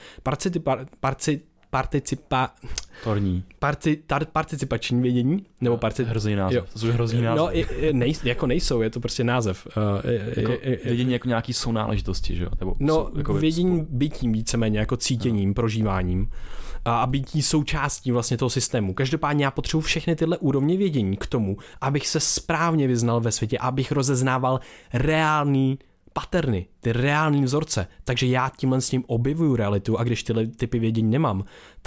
participační vědění, nebo hrozný název. To jsou hrozný název. No, nejsou, je to prostě název. Vědění jako nějaký sounáležitosti, že jo? Vědění bytím víceméně, jako cítěním, prožíváním a bytí součástí vlastně toho systému. Každopádně já potřebuji všechny tyhle úrovně vědění k tomu, abych se správně vyznal ve světě, abych rozeznával reální paterny, ty reální vzorce. Takže já tímhle s tím objevuju realitu a když tyhle typy vědění nemám,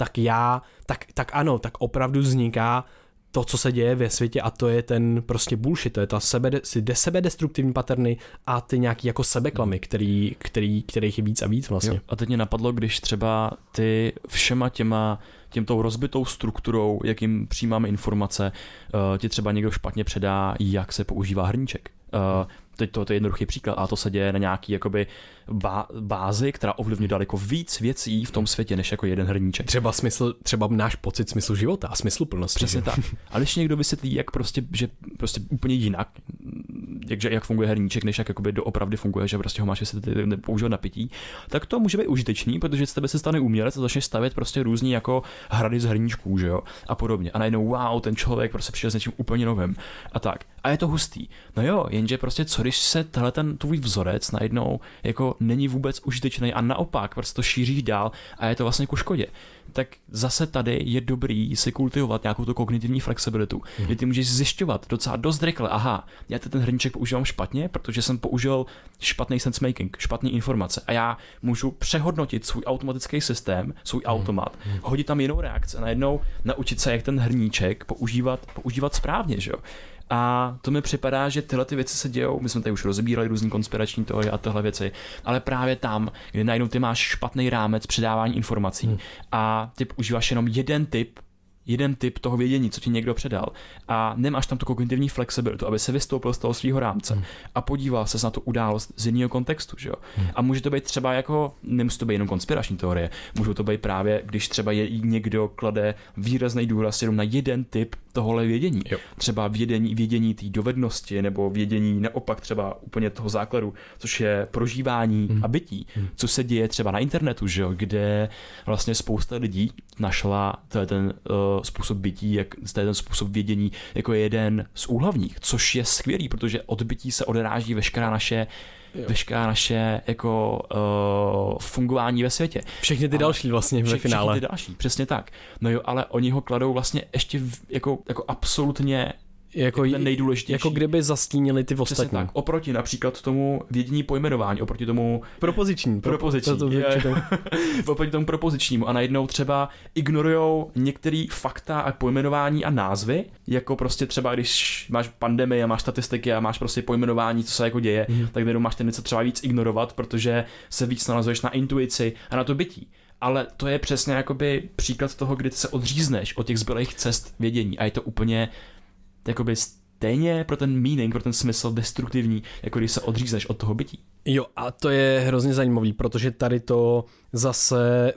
tak opravdu vzniká to, co se děje ve světě a to je ten prostě bullshit, to je ta sebedestruktivní paterny a ty nějaký jako sebeklamy, kterých je víc a víc vlastně. Jo, a teď mě napadlo, když třeba ty všema těmto rozbitou strukturou, jakým přijímáme informace, ti třeba někdo špatně předá, jak se používá hrníček. Teď to je jednoduchý příklad a to se děje na nějaký jakoby bázi, která ovlivňuje daleko víc věcí v tom světě, než jako jeden hrníček. Třeba náš pocit smyslu života a smysluplnosti. Přesně tak. A když někdo vysvětlí, jak že úplně jinak, jak funguje hrníček, než jak jakoby doopravdy funguje, že prostě ho máš používat na pití, tak to může být užitečný, protože z tebe se stane umělec a začneš stavět prostě různý jako hrady z hrníčků, že jo, a podobně. A najednou wow, ten člověk prostě přišel s něčím úplně novým. A tak. A je to hustý. No jo, jenže prostě co když se ten tvůj vzorec najednou jako není vůbec užitečný a naopak prostě to šíříš dál a je to vlastně ku škodě. Tak zase tady je dobrý si kultivovat nějakou tu kognitivní flexibilitu, kdy ty můžeš zjišťovat docela dost rychle, aha, já ten hrníček používám špatně, protože jsem použil špatný sensemaking, špatný informace a já můžu přehodnotit svůj automatický systém, svůj automat, hodit tam jinou reakci a najednou naučit se, jak ten hrníček používat správně, že jo. A to mi připadá, že tyhle ty věci se dějou, my jsme tady už rozebírali různý konspirační teorie a tyhle věci, ale právě tam, kde najednou ty máš špatný rámec předávání informací a ty používáš jenom jeden typ jeden typ toho vědění, co ti někdo předal a nemáš tam tu kognitivní flexibilitu, aby se vystoupil z toho svého rámce a podíval se na tu událost z jiného kontextu, že jo. A může to být třeba jako, nemusí to být jenom konspirační teorie, můžou to být právě, když třeba někdo klade výrazný důraz jenom na jeden typ tohohle vědění. Jo. Třeba vědění té dovednosti nebo vědění naopak třeba úplně toho základu, což je prožívání a bytí. Co se děje třeba na internetu, že jo, kde vlastně spousta lidí našla ten způsob bytí, ten způsob vědění jako jeden z úhlavních, což je skvělý, protože od bytí se odráží veškerá naše jako fungování ve světě. Všechny ty další vlastně ve finále. Všechny ty další, přesně tak. No jo, ale oni ho kladou vlastně ještě jako absolutně jako nejdůležitější. Jako kdyby zastínili ty ostatní. Tak, oproti například tomu vědění pojmenování, oproti tomu propoziční. Oproti tomu propozičnímu a najednou třeba ignorujou některé fakta a pojmenování a názvy, jako prostě třeba když máš pandemii a máš statistiky a máš prostě pojmenování, co se jako děje, tak najednou máš ten něco třeba víc ignorovat, protože se víc nalazuješ na intuici a na to bytí. Ale to je přesně jakoby příklad toho, kdy ty se odřízneš od těch zbylých cest vědění a je to úplně jakoby stejně pro ten meaning, pro ten smysl destruktivní, jako když se odřízneš od toho bytí. Jo, a to je hrozně zajímavý, protože tady to zase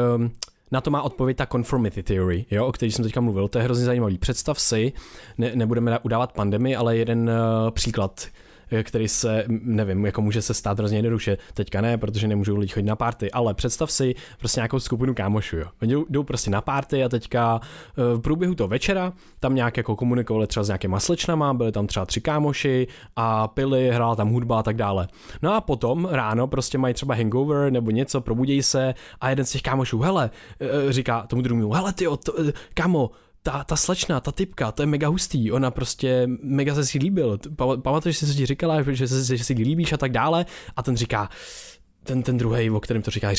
na to má odpověď ta conformity theory, jo, o který jsem teďka mluvil, to je hrozně zajímavý. Představ si, nebudeme udávat pandemii, ale jeden příklad, který se, nevím, jako může se stát hrozně jednoduše, teďka ne, protože nemůžu lidi chodit na party, ale představ si prostě nějakou skupinu kámošů, jo. Oni jdou prostě na party a teďka v průběhu toho večera tam nějak jako komunikovali třeba s nějakýma slečnama, byli tam třeba 3 kámoši a pili, hrála tam hudba a tak dále. No a potom ráno prostě mají třeba hangover nebo něco, probudějí se a jeden z těch kámošů, hele, říká tomu druhému, hele tyjo, kámo, ta slečna, ta typka, to je mega hustý, ona prostě mega se si líbil, pamatuješ si, co ti říkala, že si líbíš a tak dále a ten říká, ten druhej, o kterém to říká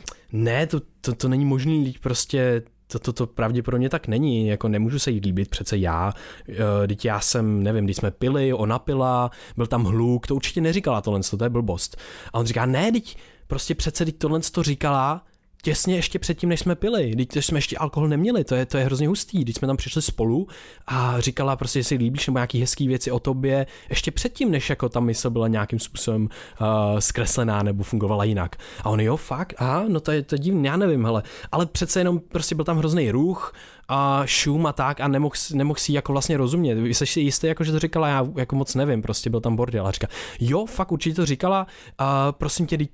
ne, to není možný, prostě to pravděpodobně tak není, jako nemůžu se jí líbit přece já, teď já jsem, nevím, když jsme pili, ona pila, byl tam hluk, to určitě neříkala tohle, to je blbost. A on říká, ne, prostě přece tohle to říkala, těsně ještě předtím, než jsme pili, když jsme ještě alkohol neměli, to je hrozně hustý, když jsme tam přišli spolu a říkala prostě, že si líbíš nebo nějaký hezký věci o tobě, ještě předtím, než jako ta mysl byla nějakým způsobem zkreslená nebo fungovala jinak. A on jo, fakt, no to je divný, já nevím, hele, ale přece jenom prostě byl tam hrozný ruch a šum a tak a nemohl si jako vlastně rozumět. Jsi si jistý, jako, že to říkala, já jako moc nevím, prostě byl tam bordel. A říká, jo, fakt určitě to říkala, a prosím tě, teď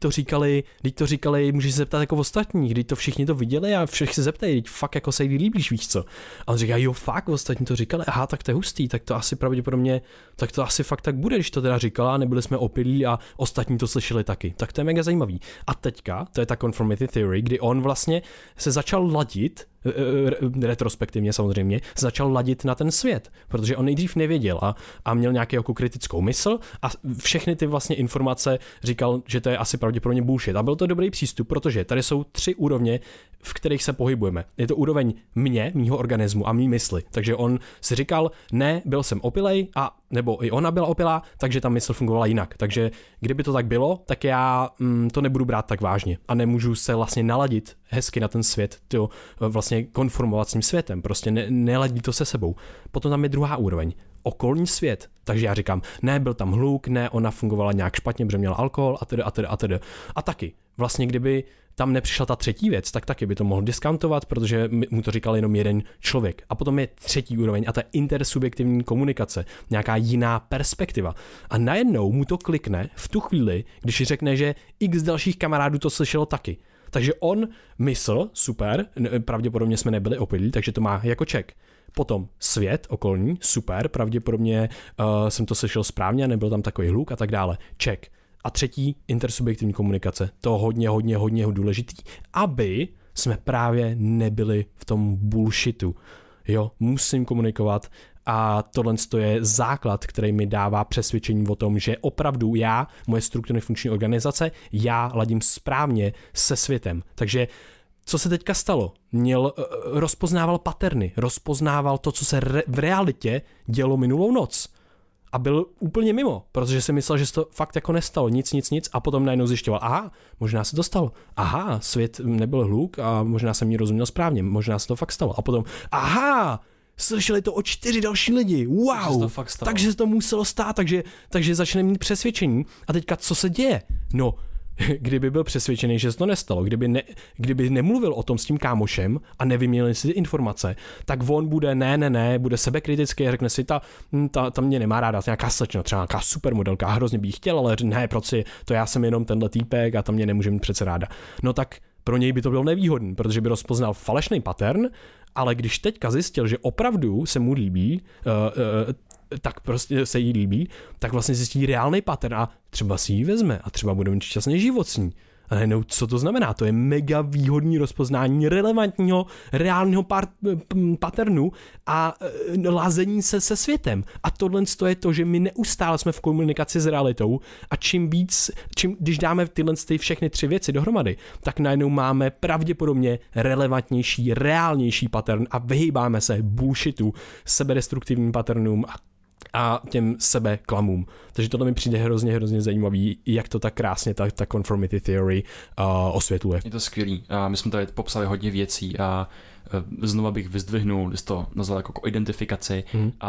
to říkali, můžeš se zeptat jako ostatní, když to všichni to viděli a všichni se zeptají, teď fakt jako se jí líbíš, víš co. A on říká, jo, fakt, ostatní to říkali, aha, tak to je hustý, tak to asi pravděpodobně, tak to asi fakt tak bude, když to teda říkala, nebyli jsme opilí a ostatní to slyšeli taky. Tak to je mega zajímavý. A teďka, to je ta conformity theory, kdy on vlastně se začal ladit, retrospektivně samozřejmě, začal ladit na ten svět, protože on nejdřív nevěděl a měl nějakou jako kritickou mysl a všechny ty vlastně informace říkal, že to je asi pravděpodobně bullshit. A byl to dobrý přístup, protože tady jsou 3 úrovně, v kterých se pohybujeme. Je to úroveň mýho organismu a mý mysli. Takže on si říkal, ne, byl jsem opilej nebo i ona byla opilá, takže ta mysl fungovala jinak. Takže kdyby to tak bylo, tak já to nebudu brát tak vážně a nemůžu se vlastně naladit hezky na ten svět, vlastně konformovat s tím světem, prostě neladí to se sebou. Potom tam je druhá úroveň, okolní svět. Takže já říkám, ne, byl tam hluk, ne, ona fungovala nějak špatně, protože měla alkohol a tedy. A taky, vlastně kdyby tam nepřišla ta třetí věc, tak taky by to mohl diskantovat, protože mu to říkal jenom jeden člověk. A potom je třetí úroveň a to je intersubjektivní komunikace, nějaká jiná perspektiva. A najednou mu to klikne v tu chvíli, když řekne, že x dalších kamarádů to slyšelo taky. Takže on mysl, super, pravděpodobně jsme nebyli opilí, takže to má jako check. Potom svět okolní, super, pravděpodobně jsem to slyšel správně, nebyl tam takový hluk a tak dále. Check. A třetí, intersubjektivní komunikace. To hodně důležitý, aby jsme právě nebyli v tom bullshitu. Jo, musím komunikovat a tohle je základ, který mi dává přesvědčení o tom, že opravdu moje strukturně funkční organizace, já ladím správně se světem. Takže co se teďka stalo? Rozpoznával paterny, rozpoznával to, co se v realitě dělo minulou noc. a byl úplně mimo, protože si myslel, že se to fakt jako nestalo, nic a potom najednou zjišťoval, aha, možná se to stalo, aha, svět nebyl hluk a možná jsem mi rozuměl správně, možná se to fakt stalo a potom, aha, slyšeli to o 4 další lidi, wow, takže se to muselo stát, takže začne mít přesvědčení a teďka co se děje? No, kdyby byl přesvědčený, že se to nestalo, kdyby nemluvil o tom s tím kámošem a nevyměnil si informace, tak on bude bude sebekritický a řekne si, ta mě nemá ráda, nějaká slečna, třeba nějaká supermodelka, hrozně bych chtěl, ale ne, proč to já jsem jenom tenhle týpek a ta mě nemůže mít přece ráda. No tak pro něj by to bylo nevýhodný, protože by rozpoznal falešný pattern, ale když teďka zjistil, že opravdu se mu líbí, tak prostě se jí líbí, tak vlastně zjistí reálný pattern a třeba si ji vezme a třeba bude mít šťastný život s ní. A najednou, co to znamená? To je mega výhodný rozpoznání relevantního, reálného patternu a lázení se světem. A tohle je to, že my neustále jsme v komunikaci s realitou a když dáme tyhle všechny 3 věci dohromady, tak najednou máme pravděpodobně relevantnější, reálnější pattern a vyhýbáme se bullshitu, sebedestruktivním patternům a těm sebeklamům. Takže tohle mi přijde hrozně zajímavý, jak to tak krásně ta conformity theory osvětluje. Je to skvělý. My jsme tady popsali hodně věcí a znova bych vyzdvihnul, když to nazval jako identifikaci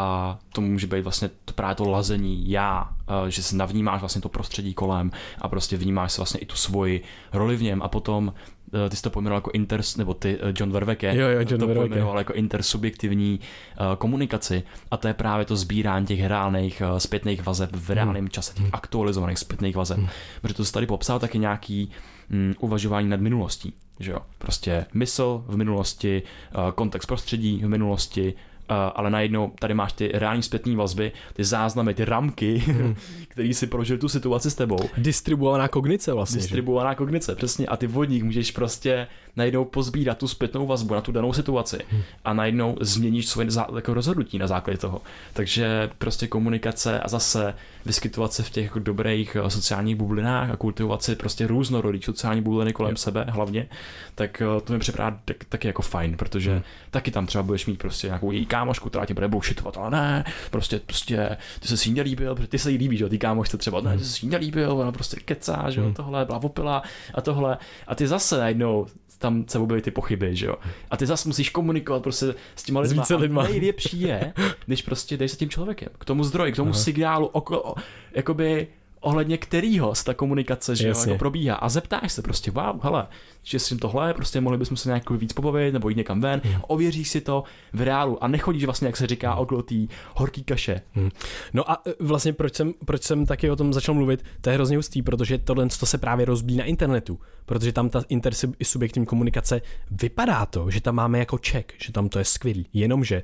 a to může být vlastně právě to lazení že se navnímáš vlastně to prostředí kolem a prostě vnímáš se vlastně i tu svoji roli v něm a potom ty jsi to pojmenoval jako nebo ty John Vervaeke to pojmenoval jako intersubjektivní komunikaci a to je právě to sbírání těch reálných zpětných vazeb v reálném čase, těch aktualizovaných zpětných vazeb. Protože to jsi tady popsal taky nějaký uvažování nad minulostí, že jo? Prostě mysl v minulosti, kontext prostředí v minulosti, ale najednou tady máš ty reální zpětné vazby, ty záznamy, ty ramky, který si prožil tu situaci s tebou. Distribuovaná kognice vlastně. Distribuovaná kognice, přesně. A ty vodník můžeš prostě najednou pozbírat tu zpětnou vazbu na tu danou situaci a najednou změníš svoje jako rozhodnutí na základě toho. Takže prostě komunikace a zase vyskytovat se v těch jako dobrých sociálních bublinách a kultivovat si prostě různorodý sociální bubliny kolem sebe hlavně, tak to mi připadá taky jako fajn, protože taky tam třeba budeš mít prostě nějakou její kámošku, která tě bude bullshitovat, ale ne, prostě ty se jí nelíbil, protože ty se jí líbí, že jo, ty kámošce třeba, ne, ty se jí nelíbil, ona prostě kecá, že jo, tohle, byla opila a tohle a ty zase najednou tam se objeví ty pochyby, že jo. A ty zase musíš komunikovat prostě s těma lidma. Nejlepší je, když prostě jdeš s tím člověkem, k tomu zdroji, k tomu signálu jakoby ohledně kterýho se ta komunikace že jako probíhá a zeptáš se prostě, wow, hele, že s tím tohle, prostě mohli bychom se nějak víc pobavit nebo jít někam ven, ověříš si to v reálu a nechodíš vlastně, jak se říká, okolo té horký kaše. No a vlastně proč jsem taky o tom začal mluvit, to je hrozně hustý, protože tohle se právě rozbíjí na internetu, protože tam ta intersubjektivní komunikace vypadá to, že tam máme jako check, že tam to je skvělý, jenomže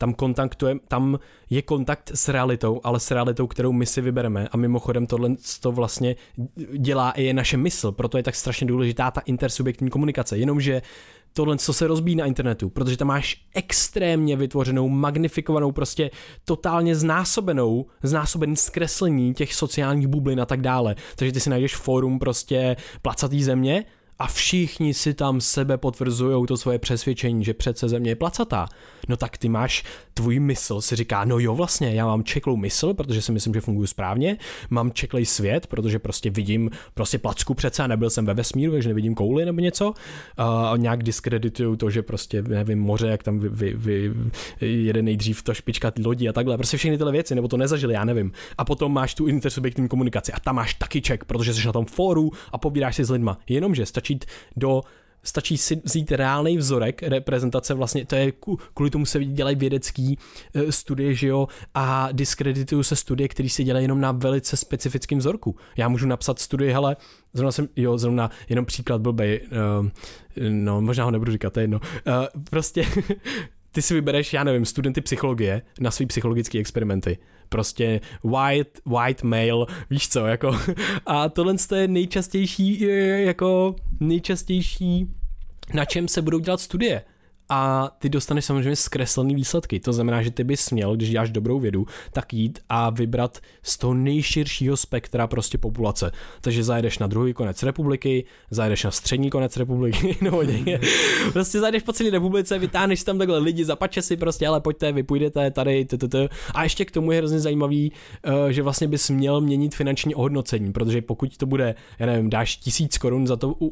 tam je kontakt s realitou, ale s realitou, kterou my si vybereme a mimochodem tohle to vlastně dělá i naše mysl, proto je tak strašně důležitá ta intersubjektivní komunikace, jenomže tohle, co se rozbíjí na internetu, protože tam máš extrémně vytvořenou, magnifikovanou, prostě totálně znásobený zkreslení těch sociálních bublin a tak dále. Takže ty si najdeš fórum prostě placatý země a všichni si tam sebe potvrzujou to svoje přesvědčení, že přece země je placatá. No tak ty máš, tvůj mysl si říká, no jo vlastně, já mám čeklou mysl, protože si myslím, že funguji správně, mám čeklej svět, protože prostě vidím prostě placku přece a nebyl jsem ve vesmíru, takže nevidím kouli nebo něco. A nějak diskredituju to, že prostě nevím, moře, jak tam jede nejdřív ta špička ty lodi a takhle, prostě všechny tyhle věci, nebo to nezažili, já nevím. A potom máš tu intersubjektivní komunikaci a tam máš taky check, protože jsi na tom fóru a povídáš si s lidma. Jenomže stačí si vzít reálný vzorek reprezentace, vlastně to je kvůli tomu se dělají vědecký studie, že jo, a diskreditují se studie, které se dělají jenom na velice specifickém vzorku. Já můžu napsat studii, hele, zrovna jenom příklad blbej, no možná ho nebudu říkat, to je jedno, prostě ty si vybereš, já nevím, studenty psychologie na svý psychologické experimenty. Prostě white male, víš co, jako. A tohle je nejčastější, na čem se budou dělat studie. a ty dostaneš samozřejmě zkreslený výsledky. To znamená, že ty bys měl, když děláš dobrou vědu, tak jít a vybrat z toho nejširšího spektra prostě populace. Takže zajedeš na druhý konec republiky, zajedeš na střední konec republiky, nebo někde. Prostě zajedeš po celé republice, vytáhneš tam takhle lidi, zapače si prostě, ale pojďte, vy půjdete tady, A ještě k tomu je hrozně zajímavý, že vlastně bys měl měnit finanční ohodnocení, protože pokud to bude, já nevím, dáš 1000 korun za to,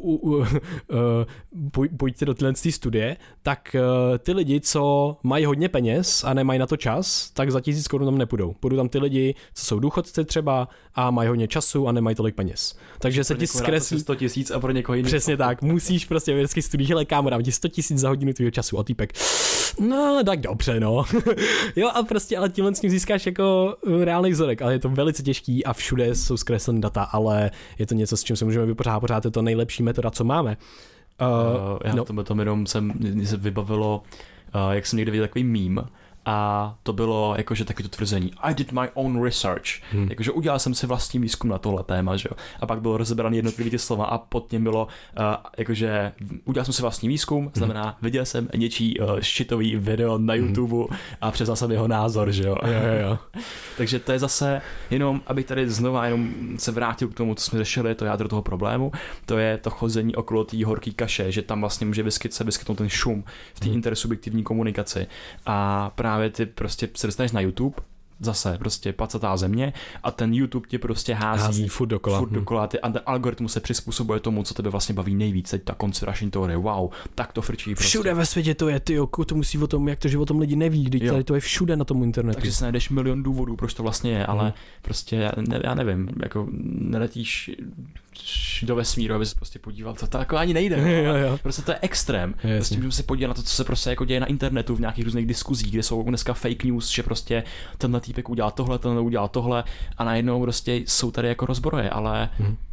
pojďte do téhle studie, tak ty lidi, co mají hodně peněz a nemají na to čas, tak za 1000 korun tam nepůjdou. Budou tam ty lidi, co jsou důchodci třeba a mají hodně času a nemají tolik peněz. Takže se ti zkreslí 100 000 a pro někoho jiného. Přesně tak, musíš prostě vědecký studiích, hele kámo, dám ti 100 000 za hodinu tvýho času a týpek. No, tak dobře, no. Jo, a prostě, ale tímhle s ním získáš jako reálný vzorek, ale je to velice těžký a všude jsou zkreslené data, ale je to něco, s čím se můžeme vypořádat, pořád je to nejlepší metoda, co máme. Tom jenom se vybavilo, jak jsem někde viděl takový meme, a to bylo jakože taky to tvrzení I did my own research, jakože udělal jsem si vlastní výzkum na tohle téma, že jo. A pak bylo rozebraný jednotlivý ty slova a pod něm bylo jakože udělal jsem si vlastní výzkum, znamená viděl jsem něčí shitový video na YouTube a přeznal jsem jeho názor, že jo. Jo. Takže to je zase jenom, abych tady znova jenom se vrátil k tomu, co jsme řešili, to jádro toho problému, to je to chození okolo té horké kaše, že tam vlastně může vyskytnout ten šum v té intersubjektivní komunikaci a právě ty prostě se dostaneš na YouTube, zase prostě placatá země a ten YouTube tě prostě hází furt dokola. A ten algoritmus se přizpůsobuje tomu, co tebe vlastně baví nejvíc. Teď ta konspirační teorie, wow, tak to frčí prostě. Všude ve světě to je, tyjo, to musí o tom, jak to, že o tom lidi neví, když tady to je všude na tom internetu. Takže si najdeš milion důvodů, proč to vlastně je, ale prostě já nevím, jako neletíš do vesmíru, aby se prostě podíval, to jako ani nejde. Jo. Prostě to je extrém. Prostě můžeme se podívat na to, co se prostě jako děje na internetu v nějakých různých diskuzích, kde jsou dneska fake news, že prostě tenhle týpek udělal tohle, tenhle udělal tohle a najednou prostě jsou tady jako rozbroje, ale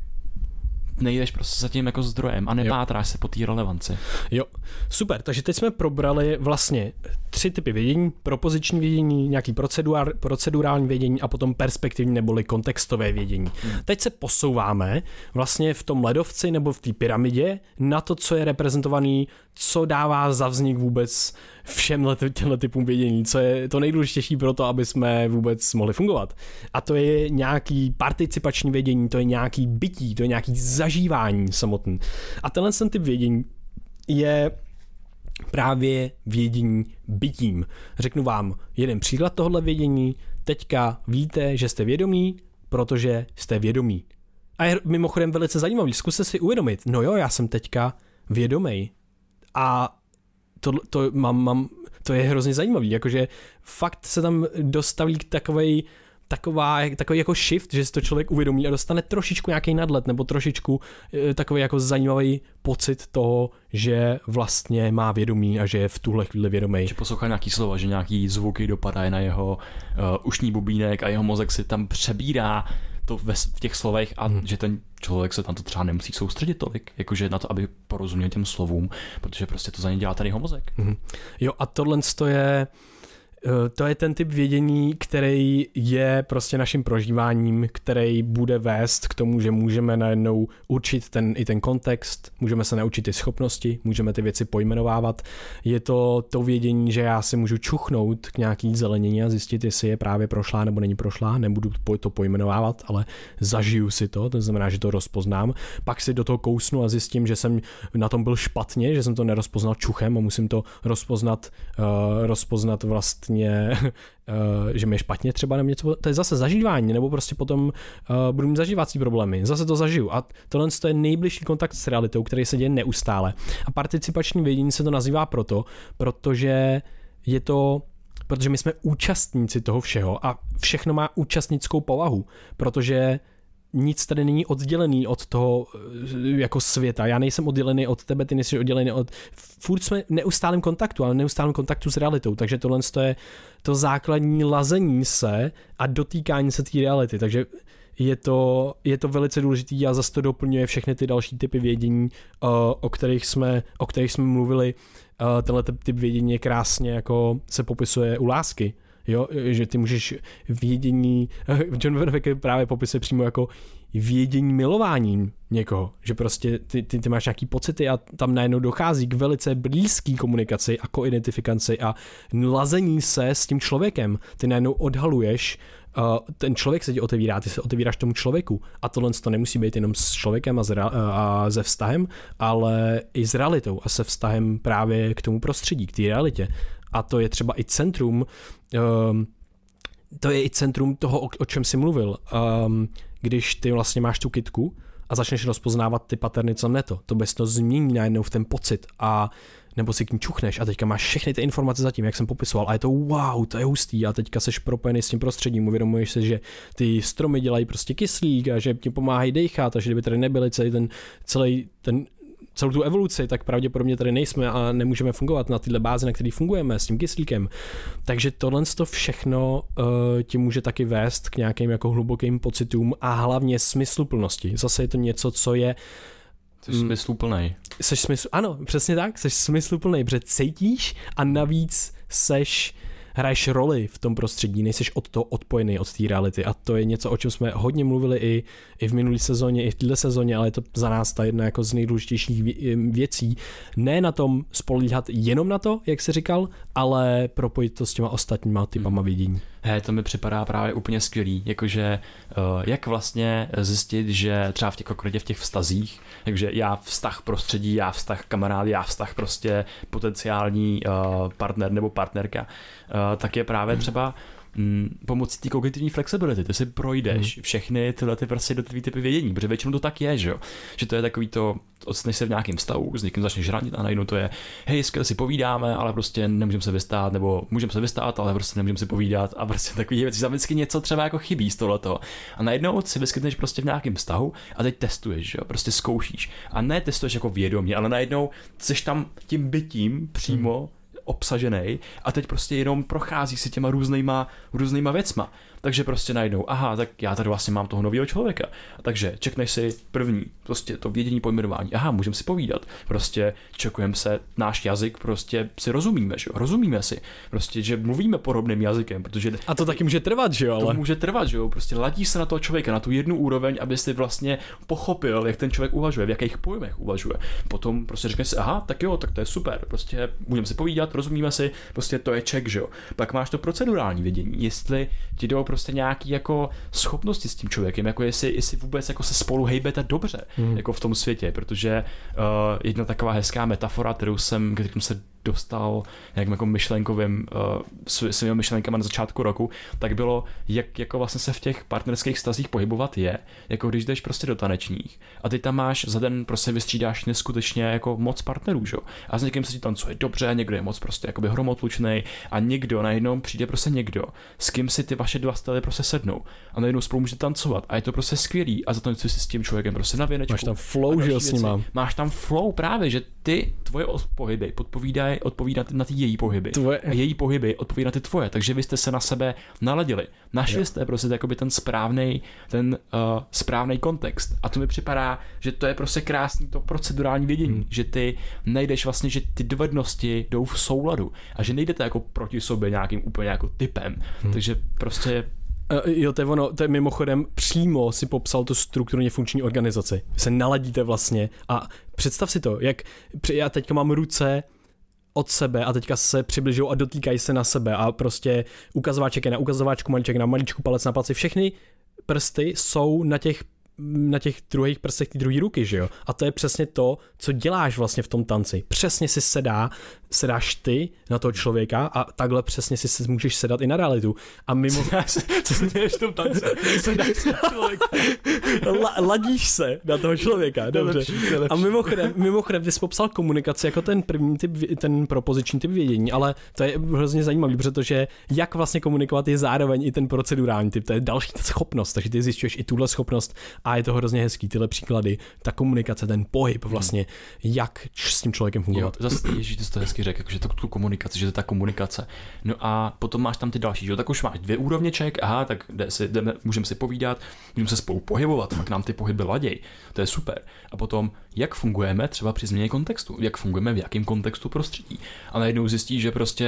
nejdeš prostě za tím jako zdrojem a nepátráš se po té relevanci. Jo, super, takže teď jsme probrali vlastně 3 typy vědění, propoziční vědění, nějaký procedurální vědění a potom perspektivní neboli kontextové vědění. Teď se posouváme vlastně v tom ledovci nebo v té pyramidě na to, co je reprezentovaný, co dává za vznik vůbec všem těmhle typům vědění, co je to nejdůležitější pro to, aby jsme vůbec mohli fungovat. A to je nějaký participační vědění, to je nějaký bytí, to je nějaký zažívání samotný. A tenhle typ vědění je právě vědění bytím. Řeknu vám jeden příklad tohohle vědění. Teďka víte, že jste vědomí, protože jste vědomí. A je mimochodem velice zajímavý. Zkuste si uvědomit, no jo, já jsem teďka vědomý. A to je hrozně zajímavý, jakože fakt se tam dostaví takový jako shift, že si to člověk uvědomí a dostane trošičku nějaký nadhled nebo trošičku takový jako zajímavý pocit toho, že vlastně má vědomí a že je v tuhle chvíli vědomý. Že poslouchá nějaký slova, že nějaký zvuky dopadají na jeho ušní bubínek a jeho mozek si tam přebírá to v těch slovech a že ten člověk se tam to třeba nemusí soustředit tolik, jakože na to, aby porozuměl těm slovům, protože prostě to za ně dělá ten jeho mozek. Jo, a tohle to je ten typ vědění, který je prostě naším prožíváním, který bude vést k tomu, že můžeme najednou určit i ten kontext, můžeme se naučit ty schopnosti, můžeme ty věci pojmenovávat. Je to vědění, že já si můžu čuchnout k nějaký zelenině a zjistit, jestli je právě prošlá nebo není prošlá, nebudu to pojmenovávat, ale zažiju si to znamená, že to rozpoznám. Pak si do toho kousnu a zjistím, že jsem na tom byl špatně, že jsem to nerozpoznal čuchem a musím to rozpoznat vlastně že mi je špatně třeba nebo něco, to je zase zažívání, nebo prostě potom budu mít zažívací problémy, zase to zažiju a tohle je nejbližší kontakt s realitou, který se děje neustále. A participační vědění se to nazývá protože my jsme účastníci toho všeho a všechno má účastnickou povahu, protože nic tady není oddělený od toho jako světa. Já nejsem oddělený od tebe, ty nejsi oddělený od... Furt jsme v neustálém kontaktu, ale neustálém kontaktu s realitou. Takže tohle je to základní lazení se a dotýkání se té reality. Takže je to velice důležitý a zase to doplňuje všechny ty další typy vědění, o kterých jsme mluvili. Tenhle typ vědění je krásně jako se popisuje u lásky. jo, že ty můžeš vědění, John Verweke právě popisuje přímo jako vědění milováním někoho, že prostě ty máš nějaký pocity a tam najednou dochází k velice blízký komunikaci a koidentifikaci a lazení se s tím člověkem. Ty najednou odhaluješ, ten člověk se ti otevírá, ty se otevíráš tomu člověku a tohle to nemusí být jenom s člověkem a se vztahem, ale i s realitou a se vztahem právě k tomu prostředí, k té realitě. A to je třeba i centrum toho, o čem jsi mluvil. Když ty vlastně máš tu kytku a začneš rozpoznávat ty paterny, co neto. To bez toho změní najednou v ten pocit a nebo si k ní čuchneš a teďka máš všechny ty informace zatím, jak jsem popisoval a je to wow, to je hustý a teďka seš propojený s tím prostředím, uvědomuješ se, že ty stromy dělají prostě kyslík a že ti pomáhají dejchat a že kdyby tady nebyly celou tu evoluci, tak pravděpodobně tady nejsme a nemůžeme fungovat na této bázi, na který fungujeme s tím kyslíkem. Takže tohle všechno ti může taky vést k nějakým jako hlubokým pocitům a hlavně smysluplnosti. Zase je to něco, co je Jsi smysluplnej. Ano, přesně tak, jsi smysluplnej, protože cítíš a navíc hraješ roli v tom prostředí, nejseš od toho odpojený od té reality a to je něco, o čem jsme hodně mluvili i v minulé sezóně, i v této sezóně, ale je to za nás ta jedna jako z nejdůležitějších věcí. Ne na tom spolíhat jenom na to, jak jsi říkal, ale propojit to s těma ostatníma typama vědění. To mi připadá právě úplně skvělý, jakože jak vlastně zjistit, že třeba v těch vztazích, takže já vztah prostředí, já vztah kamarád, já vztah prostě potenciální partner nebo partnerka, tak je právě třeba pomocí té kognitivní flexibility, ty si projdeš všechny tyhle prostě jednotlivé typy vědění, protože většinou to tak je, že jo? Že to je takový to, odstneš se v nějakém vztahu, s někým začneš ranit a najednou to je, hej, skvěle si povídáme, ale prostě nemůžeme se vystát, nebo můžeme se vystát, ale prostě nemůžeme si povídat a prostě takový věci, tam vždycky něco třeba jako chybí z tohleto. A najednou si vyskytneš prostě v nějakém vztahu a teď testuješ, že jo? Prostě zkoušíš. A ne testuješ jako vědomě, ale najednou jsi tam tím bytím přímo obsažený a teď prostě jenom prochází si těma různýma věcma. Takže prostě najednou, aha, tak já tady vlastně mám toho nového člověka. Takže čekneš si první, prostě to vědění pojmenování. Aha, můžeme si povídat. Prostě čekujeme se, náš jazyk, prostě si rozumíme, že jo? Rozumíme si. Prostě, že mluvíme podobným jazykem, protože a to taky může trvat, že jo, ale. To může trvat, že jo? Prostě ladí se na toho člověka, na tu jednu úroveň, aby si vlastně pochopil, jak ten člověk uvažuje, v jakých pojmech uvažuje. Potom prostě řekneš si, aha, tak jo, tak to je super. Prostě můžeme si povídat, rozumíme si, prostě to je check, že jo? Pak máš to procedurální vědění, jestli ti jdou prostě nějaký jako schopnosti s tím člověkem, jako jestli vůbec jako se spolu hejbete dobře, jako v tom světě, protože jedna taková hezká metafora, kterou jsem se dostal nějakým jako svými myšlenkama na začátku roku, tak bylo, jak jako vlastně se v těch partnerských vztazích pohybovat je, jako když jdeš prostě do tanečních a ty tam máš za den prostě vystřídáš neskutečně jako moc partnerů, že? A s někým se ti tancuje dobře, někdo je moc prostě jakoby hromotlučnej a najednou přijde prostě někdo, s kým si ty vaše dva styly prostě sednou a najednou spolu můžete tancovat a je to prostě skvělý a zatancuješ si s tím člověkem prostě na věnečku. Máš tam flow, že jo, s ním. Máš tam flow právě, že tvoje pohyby odpovídá na ty její pohyby. A její pohyby odpovídají na ty tvoje, takže vy jste se na sebe naladili. Našli jste prostě jakoby ten správný kontext. A to mi připadá, že to je prostě krásný to procedurální vědění, že ty nejdeš vlastně, že ty dovednosti jdou v souladu a že nejdete jako proti sobě nějakým úplně jako typem. Takže prostě jo, to je ono, to je mimochodem přímo si popsal tu strukturně funkční organizaci. Vy se naladíte vlastně a představ si to, jak já teďka mám ruce od sebe a teďka se přibližují a dotýkají se na sebe a prostě ukazováček je na ukazováčku, maliček na maličku, palec na palci, všechny prsty jsou na těch druhých prstech ty druhé ruky, že jo? A to je přesně to, co děláš vlastně v tom tanci. Přesně si sedáš ty na toho člověka a takhle přesně si můžeš sedat i na realitu. A mimo... Co se děláš v tom tanci? Sedáš se na člověka. Ladíš se na toho člověka, dobře. A mimochodem, ty jsi popsal komunikaci jako ten první typ, ten propoziční typ vědění, ale to je hrozně zajímavý, protože jak vlastně komunikovat je zároveň i ten procedurální typ, to je další schopnost, takže ty zjišťuješ i tuhle schopnost a je to hrozně hezký, tyhle příklady, ta komunikace, ten pohyb vlastně, jak s tím člověkem fungovat. Jo, zase, ježíš, ty jsi to hezky řekl, že to tu komunikaci, že to je ta komunikace. No a potom máš tam ty další, že jo, tak už máš 2 úrovněček, aha, tak můžeme si povídat, můžeme se spolu pohybovat, pak nám ty pohyby laděj, to je super. A potom, jak fungujeme třeba při změně kontextu, jak fungujeme v jakém kontextu prostředí. A najednou zjistíš, že prostě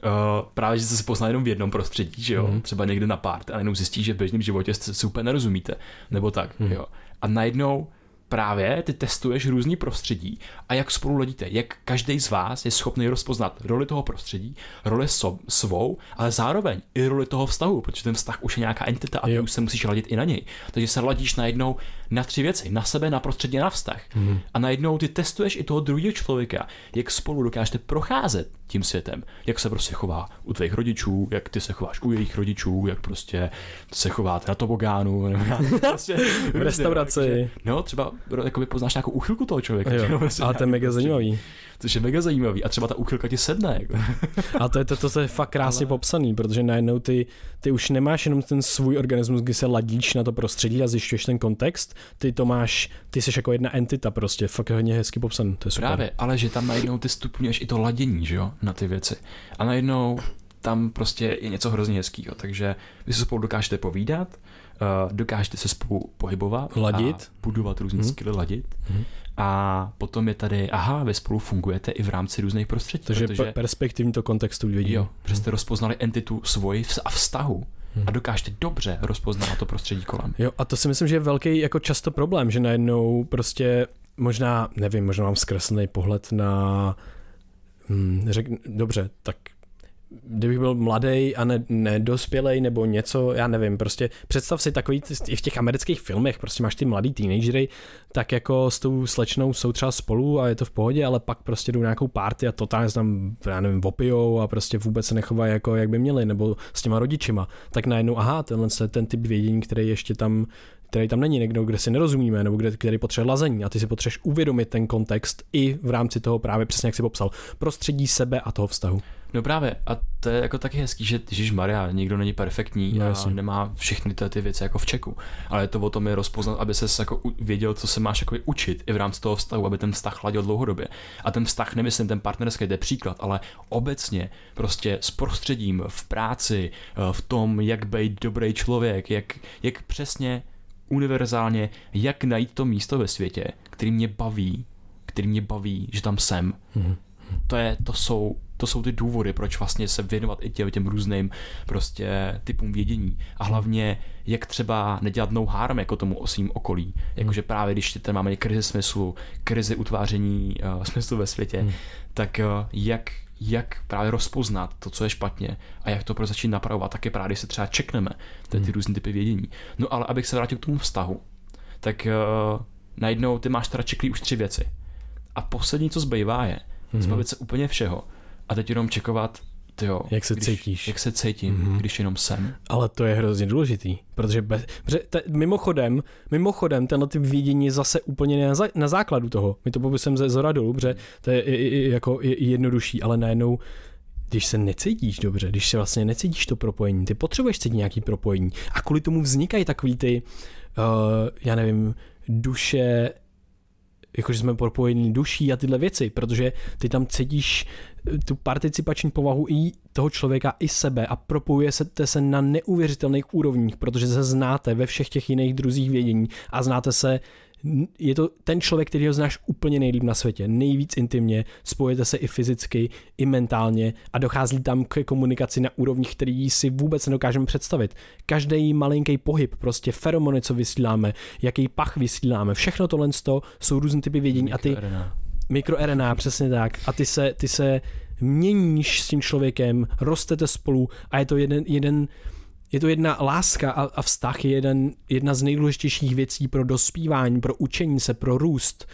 právě, že jste se poznali jenom v jednom prostředí, že jo, třeba někde na party a najednou zjistí, že v běžném životě si úplně nerozumíte, nebo tak, jo. A najednou právě ty testuješ různý prostředí a jak spolu ladíte, jak každý z vás je schopný rozpoznat roli toho prostředí, roli svou, ale zároveň i roli toho vztahu, protože ten vztah už je nějaká entita a ty už se musíš ladit i na něj. Takže se ladíš najednou na 3 věci, na sebe, na prostředí, na vztah. A najednou ty testuješ i toho druhého člověka, jak spolu dokážete procházet tím světem, jak se prostě chová u tvých rodičů, jak ty se chováš u jejich rodičů, jak prostě se chováte na tobogánu, prostě, v restauraci. No, třeba jakoby poznáš nějakou úchylku toho člověka. Jo, prostě ale to je mega zajímavý. Což je mega zajímavý. A třeba ta úchylka ti sedne. Jako. A to je fakt krásně popsaný, protože najednou ty už nemáš jenom ten svůj organismus, kdy se ladíš na to prostředí a zjišťuješ ten kontext, ty jsi jako jedna entita prostě, fakt hodně hezky popsaný, to je super. Právě, ale že tam najednou ty stupňuješ i to ladění, že jo, na ty věci. A najednou tam prostě je něco hrozně hezkýho, takže vy se spolu dokážete povídat, dokážete se spolu pohybovat, ladit, a budovat různé skilly, ladit. A potom je tady, vy spolu fungujete i v rámci různých prostředí. Takže perspektivní to kontextu lidí. Jo, protože jste rozpoznali entitu svoji a vztahu. A dokážete dobře rozpoznat to prostředí kolem. Jo, a to si myslím, že je velký jako často problém, že najednou prostě možná mám zkreslený pohled na dobře, tak kdybych byl mladý a nedospělej nebo něco, já nevím, prostě představ si takový, i v těch amerických filmech, prostě máš ty mladý teenagery, tak jako s tou slečnou jsou třeba spolu a je to v pohodě, ale pak prostě jdou nějakou party a totálně se tam, já nevím, opijou a prostě vůbec se nechovají jako jak by měli, nebo s těma rodičima. Tak najednou, tenhle je ten typ vědění, který tam není někdo, kde si nerozumíme, nebo který potřebuje lazení a ty si potřebuješ uvědomit ten kontext i v rámci toho právě přesně jak jsi popsal, prostředí sebe a toho vztahu. No právě, a to je jako taky hezký, že ježišmarja, nikdo není perfektní a nemá všechny ty věci jako v čeku, ale je to o tom je rozpoznat, aby ses jako věděl, co se máš jako učit i v rámci toho vztahu, aby ten vztah ladil dlouhodobě. A ten vztah, nemyslím ten partnerský, to je příklad, ale obecně prostě s prostředím, v práci, v tom, jak být dobrý člověk, jak přesně univerzálně, jak najít to místo ve světě, který mě baví, že tam jsem. To jsou ty důvody, proč vlastně se věnovat i těm různým prostě typům vědění. A hlavně, jak třeba nedělat no harm jako tomu svým okolí. Jakože právě, když tady máme krizi smyslu, krizi utváření smyslu ve světě, tak jak právě rozpoznat to, co je špatně a jak to začít napravovat, tak je právě, když se třeba čekneme, to je ty různý typy vědění. No ale abych se vrátil k tomu vztahu, tak najednou ty máš teda čeklí už 3 věci. A poslední, co zbývá, je zbavit se úplně všeho a teď jenom čekovat, jak se cítíš. Jak se cítím, když jenom jsem. Ale to je hrozně důležitý, protože mimochodem tenhle typ vědění je zase úplně na základu toho. My to popisujeme ze zhora dolů, protože to je jako jednodušší, ale najednou když se necítíš dobře, když se vlastně necítíš to propojení, ty potřebuješ cítit nějaký propojení a kvůli tomu vznikají takový ty, já nevím, duše, jakože jsme propojení duší a tyhle věci, protože ty tam cítíš tu participační povahu i toho člověka, i sebe a propojujete se na neuvěřitelných úrovních, protože se znáte ve všech těch jiných druzích vědění a znáte se, je to ten člověk, který ho znáš úplně nejlíp na světě, nejvíc intimně, spojujete se i fyzicky, i mentálně a dochází tam k komunikaci na úrovních, který si vůbec nedokážeme představit. Každý malinký pohyb, prostě feromony, co vysíláme, jaký pach vysíláme, všechno tohle jsou různé typy vědění a ty mikroRNA, přesně tak. A ty se měníš s tím člověkem, rostete spolu a je to je to jedna láska a vztah je jedna z nejdůležitějších věcí pro dospívání, pro učení se, pro růst.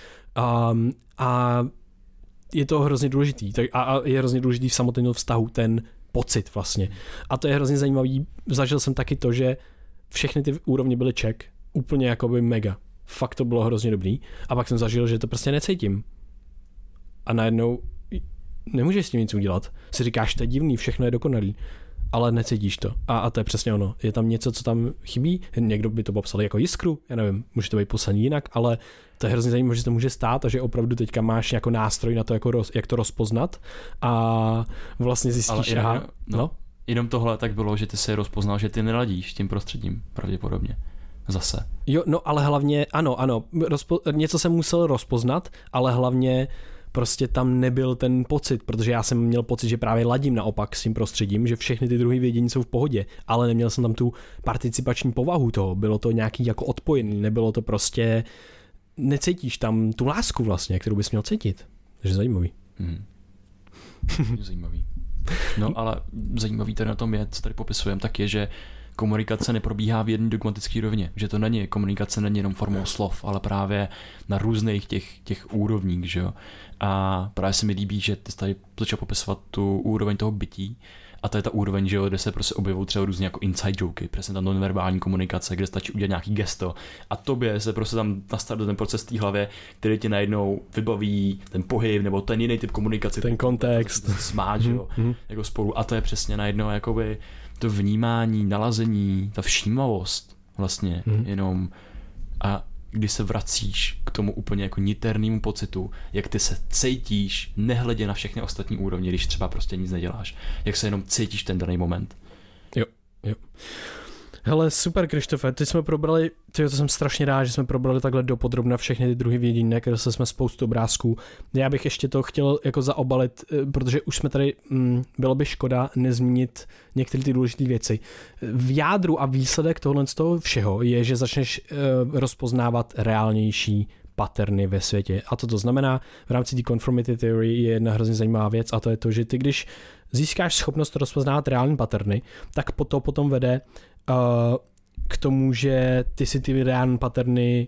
A je to hrozně důležitý. A je hrozně důležitý v samotném vztahu ten pocit vlastně. A to je hrozně zajímavý. Zažil jsem taky to, že všechny ty úrovně byly check. Úplně jakoby mega. Fakt to bylo hrozně dobrý. A pak jsem zažil, že to prostě necítím. A najednou nemůžeš s tím nic udělat. Si říkáš, to je divný, všechno je dokonalý. Ale necítíš to. A to je přesně ono. Je tam něco, co tam chybí. Někdo by to popsal jako jiskru, já nevím, může to být popsaný jinak, ale to je hrozně zajímavé, že to může stát a že opravdu teďka máš jako nástroj na to, jak to rozpoznat a vlastně zjistíš, Jenom tohle tak bylo, že ty si rozpoznal, že ty neladíš tím prostředím, pravděpodobně. Zase. Jo, no ale hlavně, ano, něco jsem musel rozpoznat, ale hlavně prostě tam nebyl ten pocit, protože já jsem měl pocit, že právě ladím naopak s tím prostředím, že všechny ty druhy vědění jsou v pohodě, ale neměl jsem tam tu participační povahu toho, bylo to nějaký jako odpojený, nebylo to prostě, necítíš tam tu lásku vlastně, kterou bys měl cítit. Takže zajímavý. Zajímavý. No ale zajímavý tady na tom je, co tady popisujeme, tak je, že komunikace neprobíhá v jedné dogmatické rovině, že to není, komunikace není jenom formou slov, ale právě na různých těch úrovních, že jo. A právě se mi líbí, že ty jsi tady začal popisovat tu úroveň toho bytí, a to je ta úroveň, že jo, kde se prostě objevují třeba různě jako inside joky, přesně tam nonverbální komunikace, kde stačí udělat nějaký gesto a tobě se prostě tam nastavit ten proces v té hlavě, který ti najednou vybaví ten pohyb nebo ten jiný typ komunikace. Ten kontext. Smát, že jo, jako spolu. A to je přesně najednou jakoby to vnímání, nalazení, ta všímavost vlastně jenom. A když se vracíš k tomu úplně jako niternému pocitu, jak ty se cítíš nehledě na všechny ostatní úrovně, když třeba prostě nic neděláš. Jak se jenom cítíš ten daný moment. Jo. Hele, super, Krištofe, teď jsme probrali, to jsem strašně rád, že jsme probrali takhle dopodrobna všechny ty druhy vědění, nakreslili jsme spoustu obrázků. Já bych ještě to chtěl jako zaobalit, protože už jsme tady, bylo by škoda nezmínit některé ty důležité věci. V jádru a výsledek tohle z toho všeho je, že začneš rozpoznávat reálnější paterny ve světě. A to znamená, v rámci té conformity theory je jedna hrozně zajímavá věc, a to je to, že ty když získáš schopnost rozpoznávat reální paterny, tak to potom vede k tomu, že ty si ty reální paterny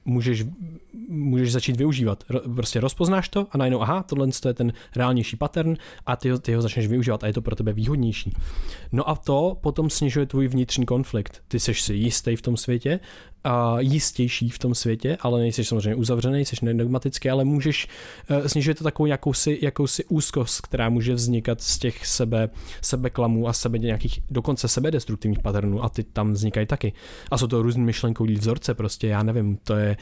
můžeš začít využívat. Prostě rozpoznáš to a najednou, aha, tohle je ten reálnější pattern a ty ho začneš využívat a je to pro tebe výhodnější. No a to potom snižuje tvůj vnitřní konflikt. Ty seš si jistý v tom světě, jistější v tom světě, ale nejseš samozřejmě uzavřený, jsi nedogmatický, ale snižuje to takovou jakousi úzkost, která může vznikat z těch sebeklamů a nějakých dokonce sebedestruktivních patternů a ty tam vznikají taky. A jsou to různý myšlenkový vzorce, prostě já nevím,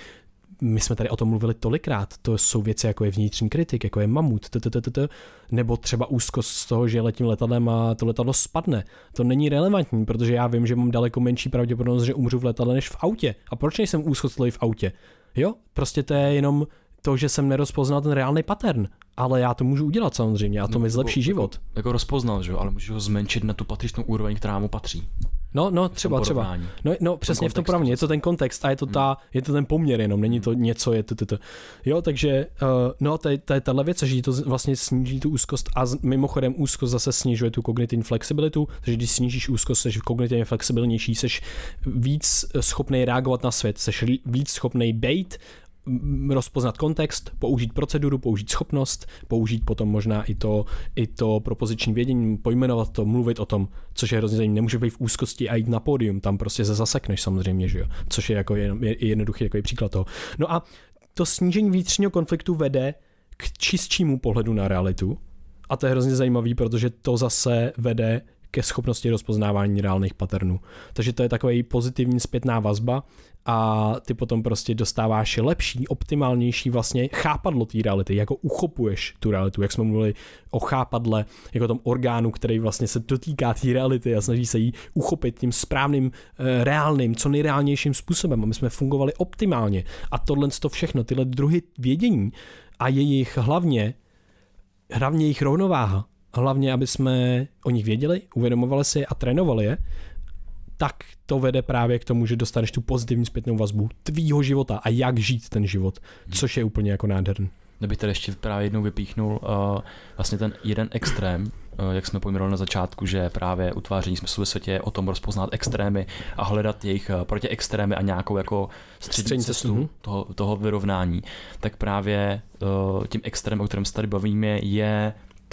my jsme tady o tom mluvili tolikrát, to jsou věci jako je vnitřní kritik, jako je mamut, nebo třeba úzkost z toho, že letím letadlem a to letadlo spadne. To není relevantní, protože já vím, že mám daleko menší pravděpodobnost, že umřu v letadle než v autě. A proč nejsem úzkostlivý v autě? Jo, prostě to je jenom to, že jsem nerozpoznal ten reálný pattern, ale já to můžu udělat samozřejmě a to mi zlepší život. Jako rozpoznal, že jo, ale můžeš ho zmenšit na tu patřičnou úroveň, která mu patří. No, třeba. No, přesně v tom porovnání. Je to ten kontext a je to ten poměr jenom, není to něco, je to. Jo, takže, to je tahle věc, že to vlastně sníží tu úzkost a mimochodem úzkost zase snižuje tu kognitivní flexibilitu, takže když snížíš úzkost, jsi kognitivně flexibilnější, jsi víc schopný reagovat na svět, jsi víc schopný bejt, rozpoznat kontext, použít proceduru, použít schopnost, použít potom možná i to propoziční vědění, pojmenovat to, mluvit o tom, což je hrozně zajímavé. Nemůže být v úzkosti a jít na pódium, tam prostě se zasekneš samozřejmě, že jo? Což je jako jednoduchý takový příklad toho. No a to snížení vnitřního konfliktu vede k čistšímu pohledu na realitu a to je hrozně zajímavý, protože to zase vede ke schopnosti rozpoznávání reálných patternů. Takže to je takový pozitivní zpětná vazba a ty potom prostě dostáváš lepší, optimálnější vlastně chápadlo té reality, jako uchopuješ tu realitu, jak jsme mluvili o chápadle, jako tom orgánu, který vlastně se dotýká té reality a snaží se jí uchopit tím správným, reálným, co nejreálnějším způsobem, aby jsme fungovali optimálně. A tohle to všechno, tyhle druhy vědění a jejich hlavně jejich rovnováha, hlavně, aby jsme o nich věděli, uvědomovali si je a trénovali je, tak to vede právě k tomu, že dostaneš tu pozitivní zpětnou vazbu tvýho života a jak žít ten život, což je úplně jako nádherný. Kdybych tady ještě právě jednou vypíchnul vlastně ten jeden extrém, jak jsme pojmenovali na začátku, že právě utváření smyslu ve světě je o tom rozpoznat extrémy a hledat jejich protiextrémy a nějakou jako střední cestu toho vyrovnání, tak právě tím extrémem, o kterém se tady bavíme, je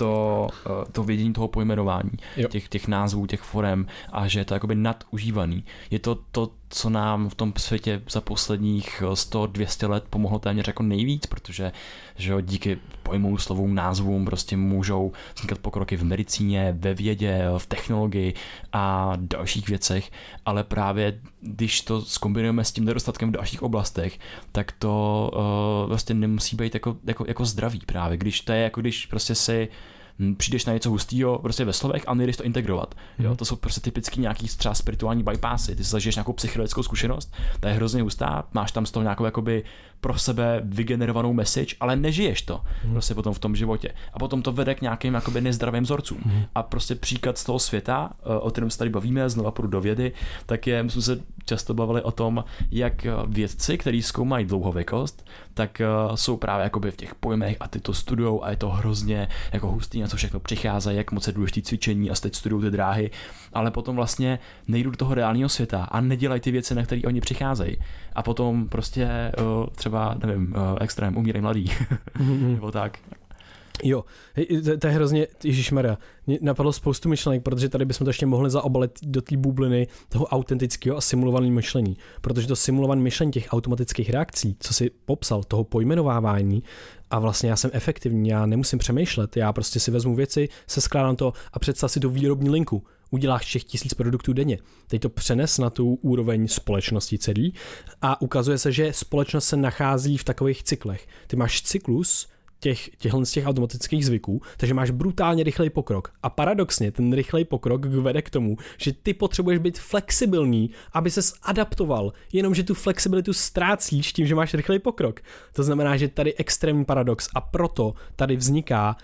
to vědění toho pojmenování, těch názvů, těch forem a že je to jakoby nadužívaný. Je to, co nám v tom světě za posledních 100-200 let pomohlo téměř jako nejvíc, protože že jo, díky pojmům, slovům, názvům prostě můžou vznikat pokroky v medicíně, ve vědě, v technologii a dalších věcech, ale právě když to zkombinujeme s tím nedostatkem v dalších oblastech, tak to vlastně nemusí být jako zdravý právě. Když to je jako když prostě si přijdeš na něco hustýho prostě ve slovech a nejdeš to integrovat. Jo? To jsou prostě typicky nějaký třeba spirituální bypassy. Ty si zažiješ nějakou psychedelickou zkušenost, ta je hrozně hustá, máš tam z toho nějakou jakoby pro sebe vygenerovanou message, ale nežiješ to prostě potom v tom životě. A potom to vede k nějakým jakoby nezdravým vzorcům. A prostě příklad z toho světa, o kterém se tady bavíme, znova půjdu do vědy, tak my jsme se často bavili o tom, jak vědci, kteří zkoumají dlouhověkost, tak jsou právě jakoby v těch pojmech a ty to studujou a je to hrozně jako hustý, na co všechno přichází, jak moc je důležitý cvičení a teď studují ty dráhy, ale potom vlastně nejdou do toho reálného světa a nedělají ty věci, na které oni přicházejí. A potom prostě třeba, nevím, extrém, umírají mladí. Nebo tak. Jo, to je hrozně, ježišmarja, mě napadlo spoustu myšlenek, protože tady bychom to ještě mohli zaobalit do té bubliny toho autentického a simulovaného myšlení, protože to simulované myšlení těch automatických reakcí, co si popsal, toho pojmenovávání a vlastně já jsem efektivní, já nemusím přemýšlet, já prostě si vezmu věci, seskládám to a představ si tu výrobní linku. Uděláš 1000 produktů denně. Teď to přenes na tu úroveň společnosti celý a ukazuje se, že společnost se nachází v takových cyklech. Ty máš cyklus těchhle z těch automatických zvyků, takže máš brutálně rychlej pokrok. A paradoxně ten rychlej pokrok vede k tomu, že ty potřebuješ být flexibilní, aby ses adaptoval, jenomže tu flexibilitu ztrácíš tím, že máš rychlej pokrok. To znamená, že tady extrémní paradox a proto tady vzniká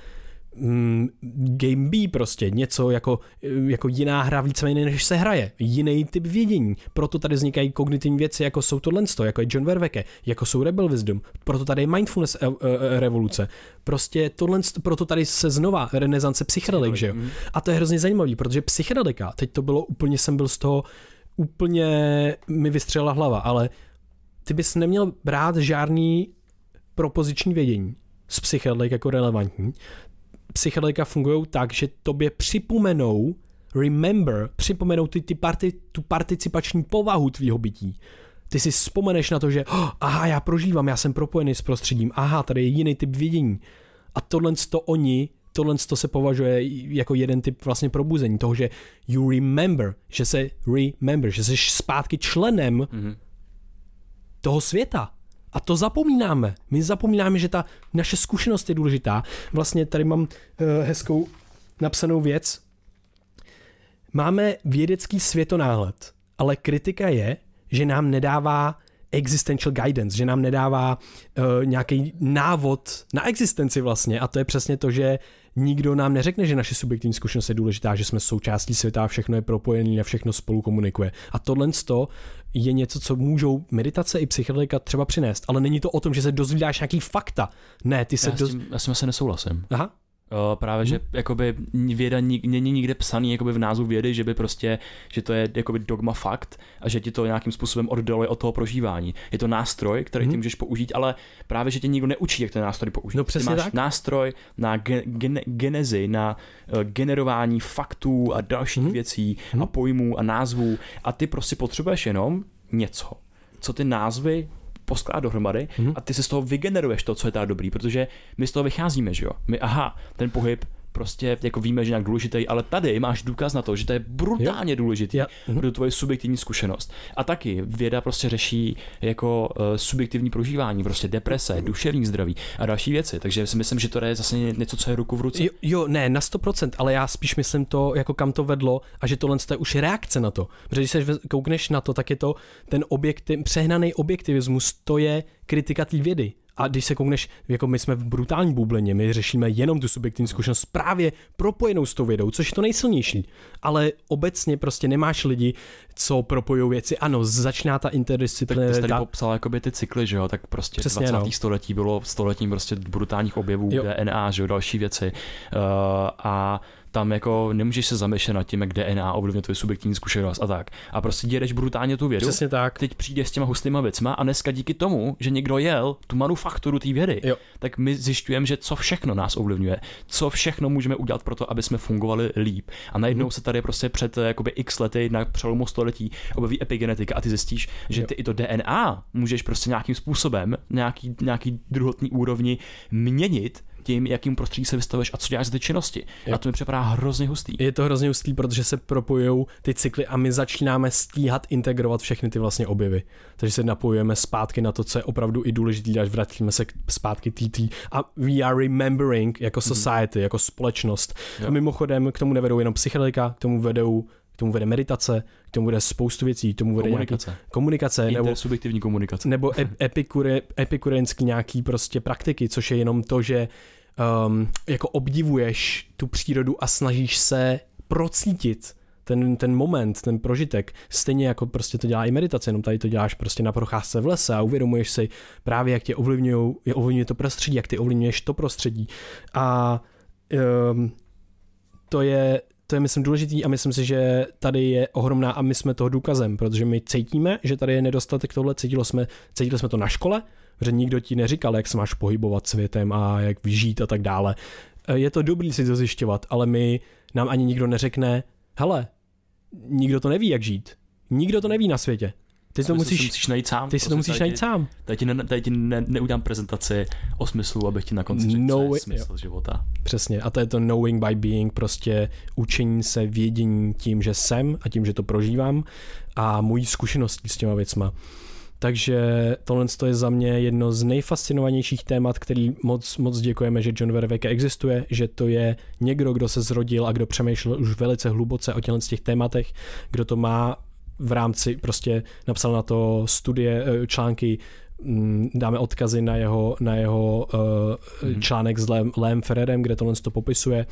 Game B prostě, něco jako jiná hra víceméně než se hraje, jiný typ vědění, proto tady vznikají kognitivní věci, jako jsou tohle, jako je John Verweke, jako jsou Rebel Wisdom, proto tady je Mindfulness revoluce, prostě tohle, proto tady se znova renesance psychedelik, že jo? A to je hrozně zajímavý, protože psychedelika, teď to bylo úplně, jsem byl z toho, úplně mi vystřelila hlava, ale ty bys neměl brát žádný propoziční vědění z psychedelik jako relevantní. Psychedelika fungují tak, že tobě připomenou tu participační povahu tvýho bytí. Ty si vzpomeneš na to, že aha, já prožívám, já jsem propojený s prostředím, aha, tady je jiný typ vědění. A tohle se považuje jako jeden typ vlastně probuzení, toho, že you remember, že jsi zpátky členem toho světa. A to zapomínáme. My zapomínáme, že ta naše zkušenost je důležitá. Vlastně tady mám hezkou napsanou věc. Máme vědecký světonáhled, ale kritika je, že nám nedává existential guidance, že nám nedává nějaký návod na existenci vlastně. A to je přesně to, že nikdo nám neřekne, že naše subjektivní zkušenost je důležitá, že jsme součástí světa a všechno je propojené a všechno spolu komunikuje. A tohle je něco, co můžou meditace i psychedelika třeba přinést, ale není to o tom, že se dozvídáš nějaký fakta. Ne, ty se já s tím asi nesouhlasím. Aha. Právě, že jakoby věda není nikde psaný jakoby v názvu vědy, že by prostě, že to je jakoby dogma fakt a že ti to nějakým způsobem oddaluje od toho prožívání. Je to nástroj, který ty můžeš použít, ale právě, že tě nikdo neučí, jak ten nástroj použít. No, přesně ty máš tak. nástroj na genezi, na generování faktů a dalších věcí a pojmů a názvů a ty prostě potřebuješ jenom něco, co ty názvy poskládá dohromady a ty si z toho vygeneruješ to, co je teda dobrý, protože my z toho vycházíme, že jo. Ten pohyb prostě jako víme, že nějak důležitý, ale tady máš důkaz na to, že to je brutálně důležitý pro tvoji subjektivní zkušenost. A taky věda prostě řeší jako subjektivní prožívání, prostě deprese, duševní zdraví a další věci. Takže si myslím, že to je zase něco, co je ruku v ruce. Jo, ne, na 100%, ale já spíš myslím to, jako kam to vedlo a že tohle je už reakce na to. Protože když se koukneš na to, tak je to ten přehnaný objektivismus, to je kritika té vědy. A když se koukneš, jako my jsme v brutální bublině, my řešíme jenom tu subjektivní zkušenost právě propojenou s tou vědou, což je to nejsilnější. Ale obecně prostě nemáš lidi, co propojují věci. Ano, začíná ta interdisciplinarita. Tak ty jsi tady popsal jakoby ty cykly, že jo, tak prostě přesně, 20. století bylo stoletím prostě brutálních objevů, DNA, že jo, další věci. A tam jako nemůžeš se zamýšlet nad tím, jak DNA ovlivňuje tvoji subjektivní zkušenost a tak. A prostě děleš brutálně tu vědu. Přesně tak. Teď přijde s těma hustýma věcma a dneska díky tomu, že někdo jel tu manufakturu té vědy, tak my zjišťujeme, že co všechno nás ovlivňuje, co všechno můžeme udělat pro to, aby jsme fungovali líp. A najednou se tady prostě před jakoby x lety na přelomu století objeví epigenetika a ty zjistíš, že ty i to DNA můžeš prostě nějakým způsobem, nějaký druhotný úrovni měnit tím, jakým prostředí se vystavuješ a co děláš z té činnosti. A to mi připadá hrozně hustý. Je to hrozně hustý, protože se propojujou ty cykly a my začínáme stíhat integrovat všechny ty vlastně objevy. Takže se napojujeme zpátky na to, co je opravdu i důležitý, až vrátíme se zpátky TT a we are remembering jako society, jako společnost. A mimochodem k tomu nevedou jenom psychedelika, k tomu vede meditace, k tomu vede spoustu věcí, k tomu vede komunikace intersubjektivní komunikace. Nebo epikureanský nějaký prostě praktiky, což je jenom to, že jako obdivuješ tu přírodu a snažíš se procítit ten moment, ten prožitek. Stejně jako prostě to dělá i meditace, jenom tady to děláš prostě na procházce v lese a uvědomuješ si právě, jak tě ovlivňuje to prostředí, jak ty ovlivňuješ to prostředí. A to je myslím důležitý a myslím si, že tady je ohromná a my jsme toho důkazem, protože my cítíme, že tady je nedostatek tohle, cítili jsme to na škole, že nikdo ti neříkal, jak se máš pohybovat světem a jak vyžít a tak dále. Je to dobrý si to zjišťovat, ale nám ani nikdo neřekne, hele, nikdo to neví, jak žít. Nikdo to neví na světě. Ty to musíš najít sám. Ty si to musíš najít sám. Tady ti neudělám prezentaci o smyslu, abych ti na konci řekl, co je smysl života. Přesně. A to je to knowing by being, prostě učení se, vědění tím, že jsem a tím, že to prožívám a mojí zkušeností s těma věcma. Takže tohle je za mě jedno z nejfascinovanějších témat, který moc děkujeme, že John Vervaeke existuje, že to je někdo, kdo se zrodil a kdo přemýšlel už velice hluboce o těch tématech, kdo to má v rámci, prostě napsal na to studie, články, dáme odkazy na jeho článek s Leem Ferrerem, kde tohle to popisuje.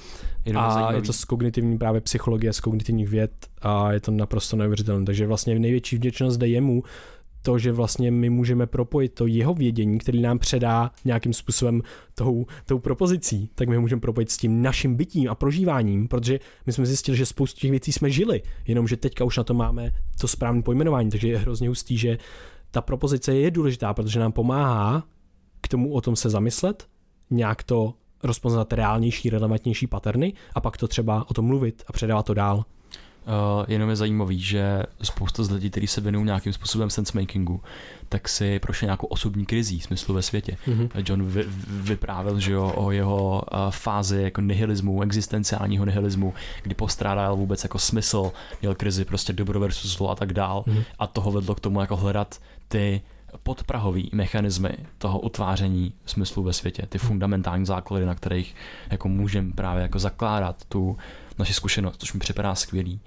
Je to z kognitivní právě psychologie, z kognitivních věd a je to naprosto neuvěřitelné. Takže vlastně největší vděčnost jde jemu, to, že vlastně my můžeme propojit to jeho vědění, který nám předá nějakým způsobem tou propozicí, tak my ho můžeme propojit s tím naším bytím a prožíváním, protože my jsme zjistili, že spoustu těch věcí jsme žili, jenomže teďka už na to máme to správné pojmenování, takže je hrozně hustý, že ta propozice je důležitá, protože nám pomáhá k tomu o tom se zamyslet, nějak to rozpoznat reálnější, relevantnější paterny a pak to třeba o tom mluvit a předávat to dál. Jenom je zajímavý, že spousta z lidí, kteří se věnují nějakým způsobem sensemakingu, tak si prošel nějakou osobní krizí smyslu ve světě. John vyprávěl, že jo, o jeho fázi jako nihilismu, existenciálního nihilismu, kdy postrádal vůbec jako smysl, měl krizi prostě dobro versus zlo a tak dál. A toho vedlo k tomu jako hledat ty podprahový mechanismy toho utváření smyslu ve světě, ty fundamentální základy, na kterých jako můžeme právě jako zakládat tu naši zkušenost, což mi připadá skvělý.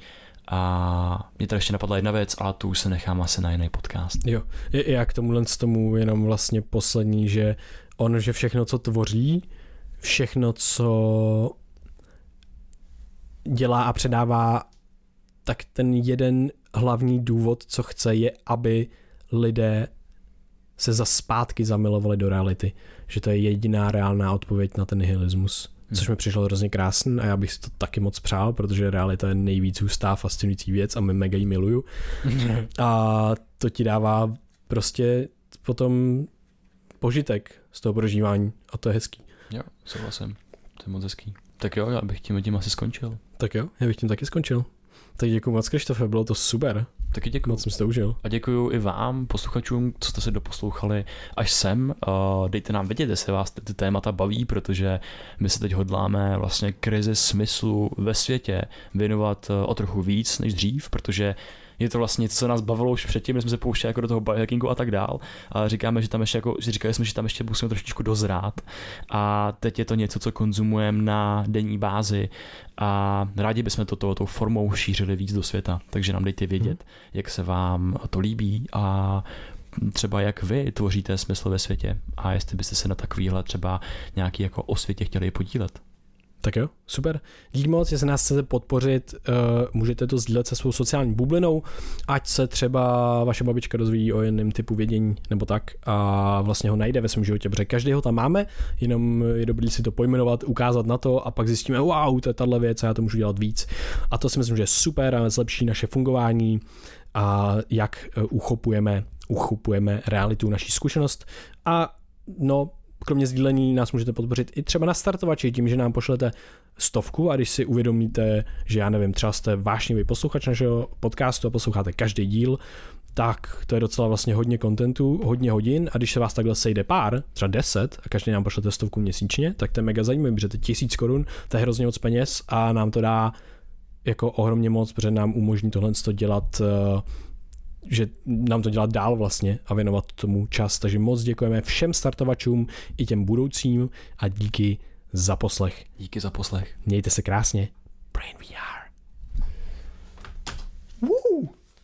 A mě tady ještě napadla jedna věc, ale tu už se nechám asi na jiný podcast. Jo, já k tomu jenom vlastně poslední, že že všechno, co tvoří, všechno, co dělá a předává, tak ten jeden hlavní důvod, co chce, je, aby lidé se zas zpátky zamilovali do reality. Že to je jediná reálná odpověď na ten nihilismus. Což mi přišlo hrozně krásný a já bych si to taky moc přál, protože realita je nejvíc hustá, fascinující věc a my mega ji miluju. A to ti dává prostě potom požitek z toho prožívání a to je hezký. Jo, souhlasím. To je moc hezký. Tak jo, já bych tím asi skončil. Tak jo, já bych tím taky skončil. Tak děkuji moc, Krištofe, bylo to super. Taky děkuji. Moc jsem si to užil. A děkuji i vám, posluchačům, co jste se doposlouchali až sem. Dejte nám vědět, jestli vás ty témata baví, protože my se teď hodláme vlastně krizi smyslu ve světě věnovat o trochu víc než dřív, protože je to vlastně něco, co nás bavilo už předtím, my jsme se pouštěli jako do toho biohackingu a tak dál. A říkáme, že tam ještě říkali jsme, že tam ještě musíme trošičku dozrát. A teď je to něco, co konzumujeme na denní bázi a rádi bychom to tou formou šířili víc do světa. Takže nám dejte vědět, jak se vám to líbí a třeba jak vy tvoříte smysl ve světě a jestli byste se na takovýhle třeba nějaký jako o světě chtěli podílet. Tak jo, super. Díky moc, jestli nás chcete podpořit, můžete to sdílet se svou sociální bublinou, ať se třeba vaše babička dozví o jiném typu vědění nebo tak a vlastně ho najde ve svém životě, protože každý ho tam máme, jenom je dobrý si to pojmenovat, ukázat na to a pak zjistíme, wow, to je tahle věc a já to můžu dělat víc. A to si myslím, že je super a zlepší naše fungování a jak uchopujeme realitu, naší zkušenost a no, kromě sdílení nás můžete podpořit i třeba na startovači tím, že nám pošlete 100 a když si uvědomíte, že já nevím, třeba jste vášnivý posluchač našeho podcastu a posloucháte každý díl, tak to je docela vlastně hodně kontentu, hodně hodin a když se vás takhle sejde pár, třeba 10 a každý nám pošlete 100 měsíčně, tak to je mega zajímavý, protože to je 1000 korun, to je hrozně moc peněz a nám to dá jako ohromně moc, protože nám umožní tohle dělat, že nám to dělat dál vlastně a věnovat tomu čas. Takže moc děkujeme všem startovačům i těm budoucím a díky za poslech. Díky za poslech. Mějte se krásně. Brain VR.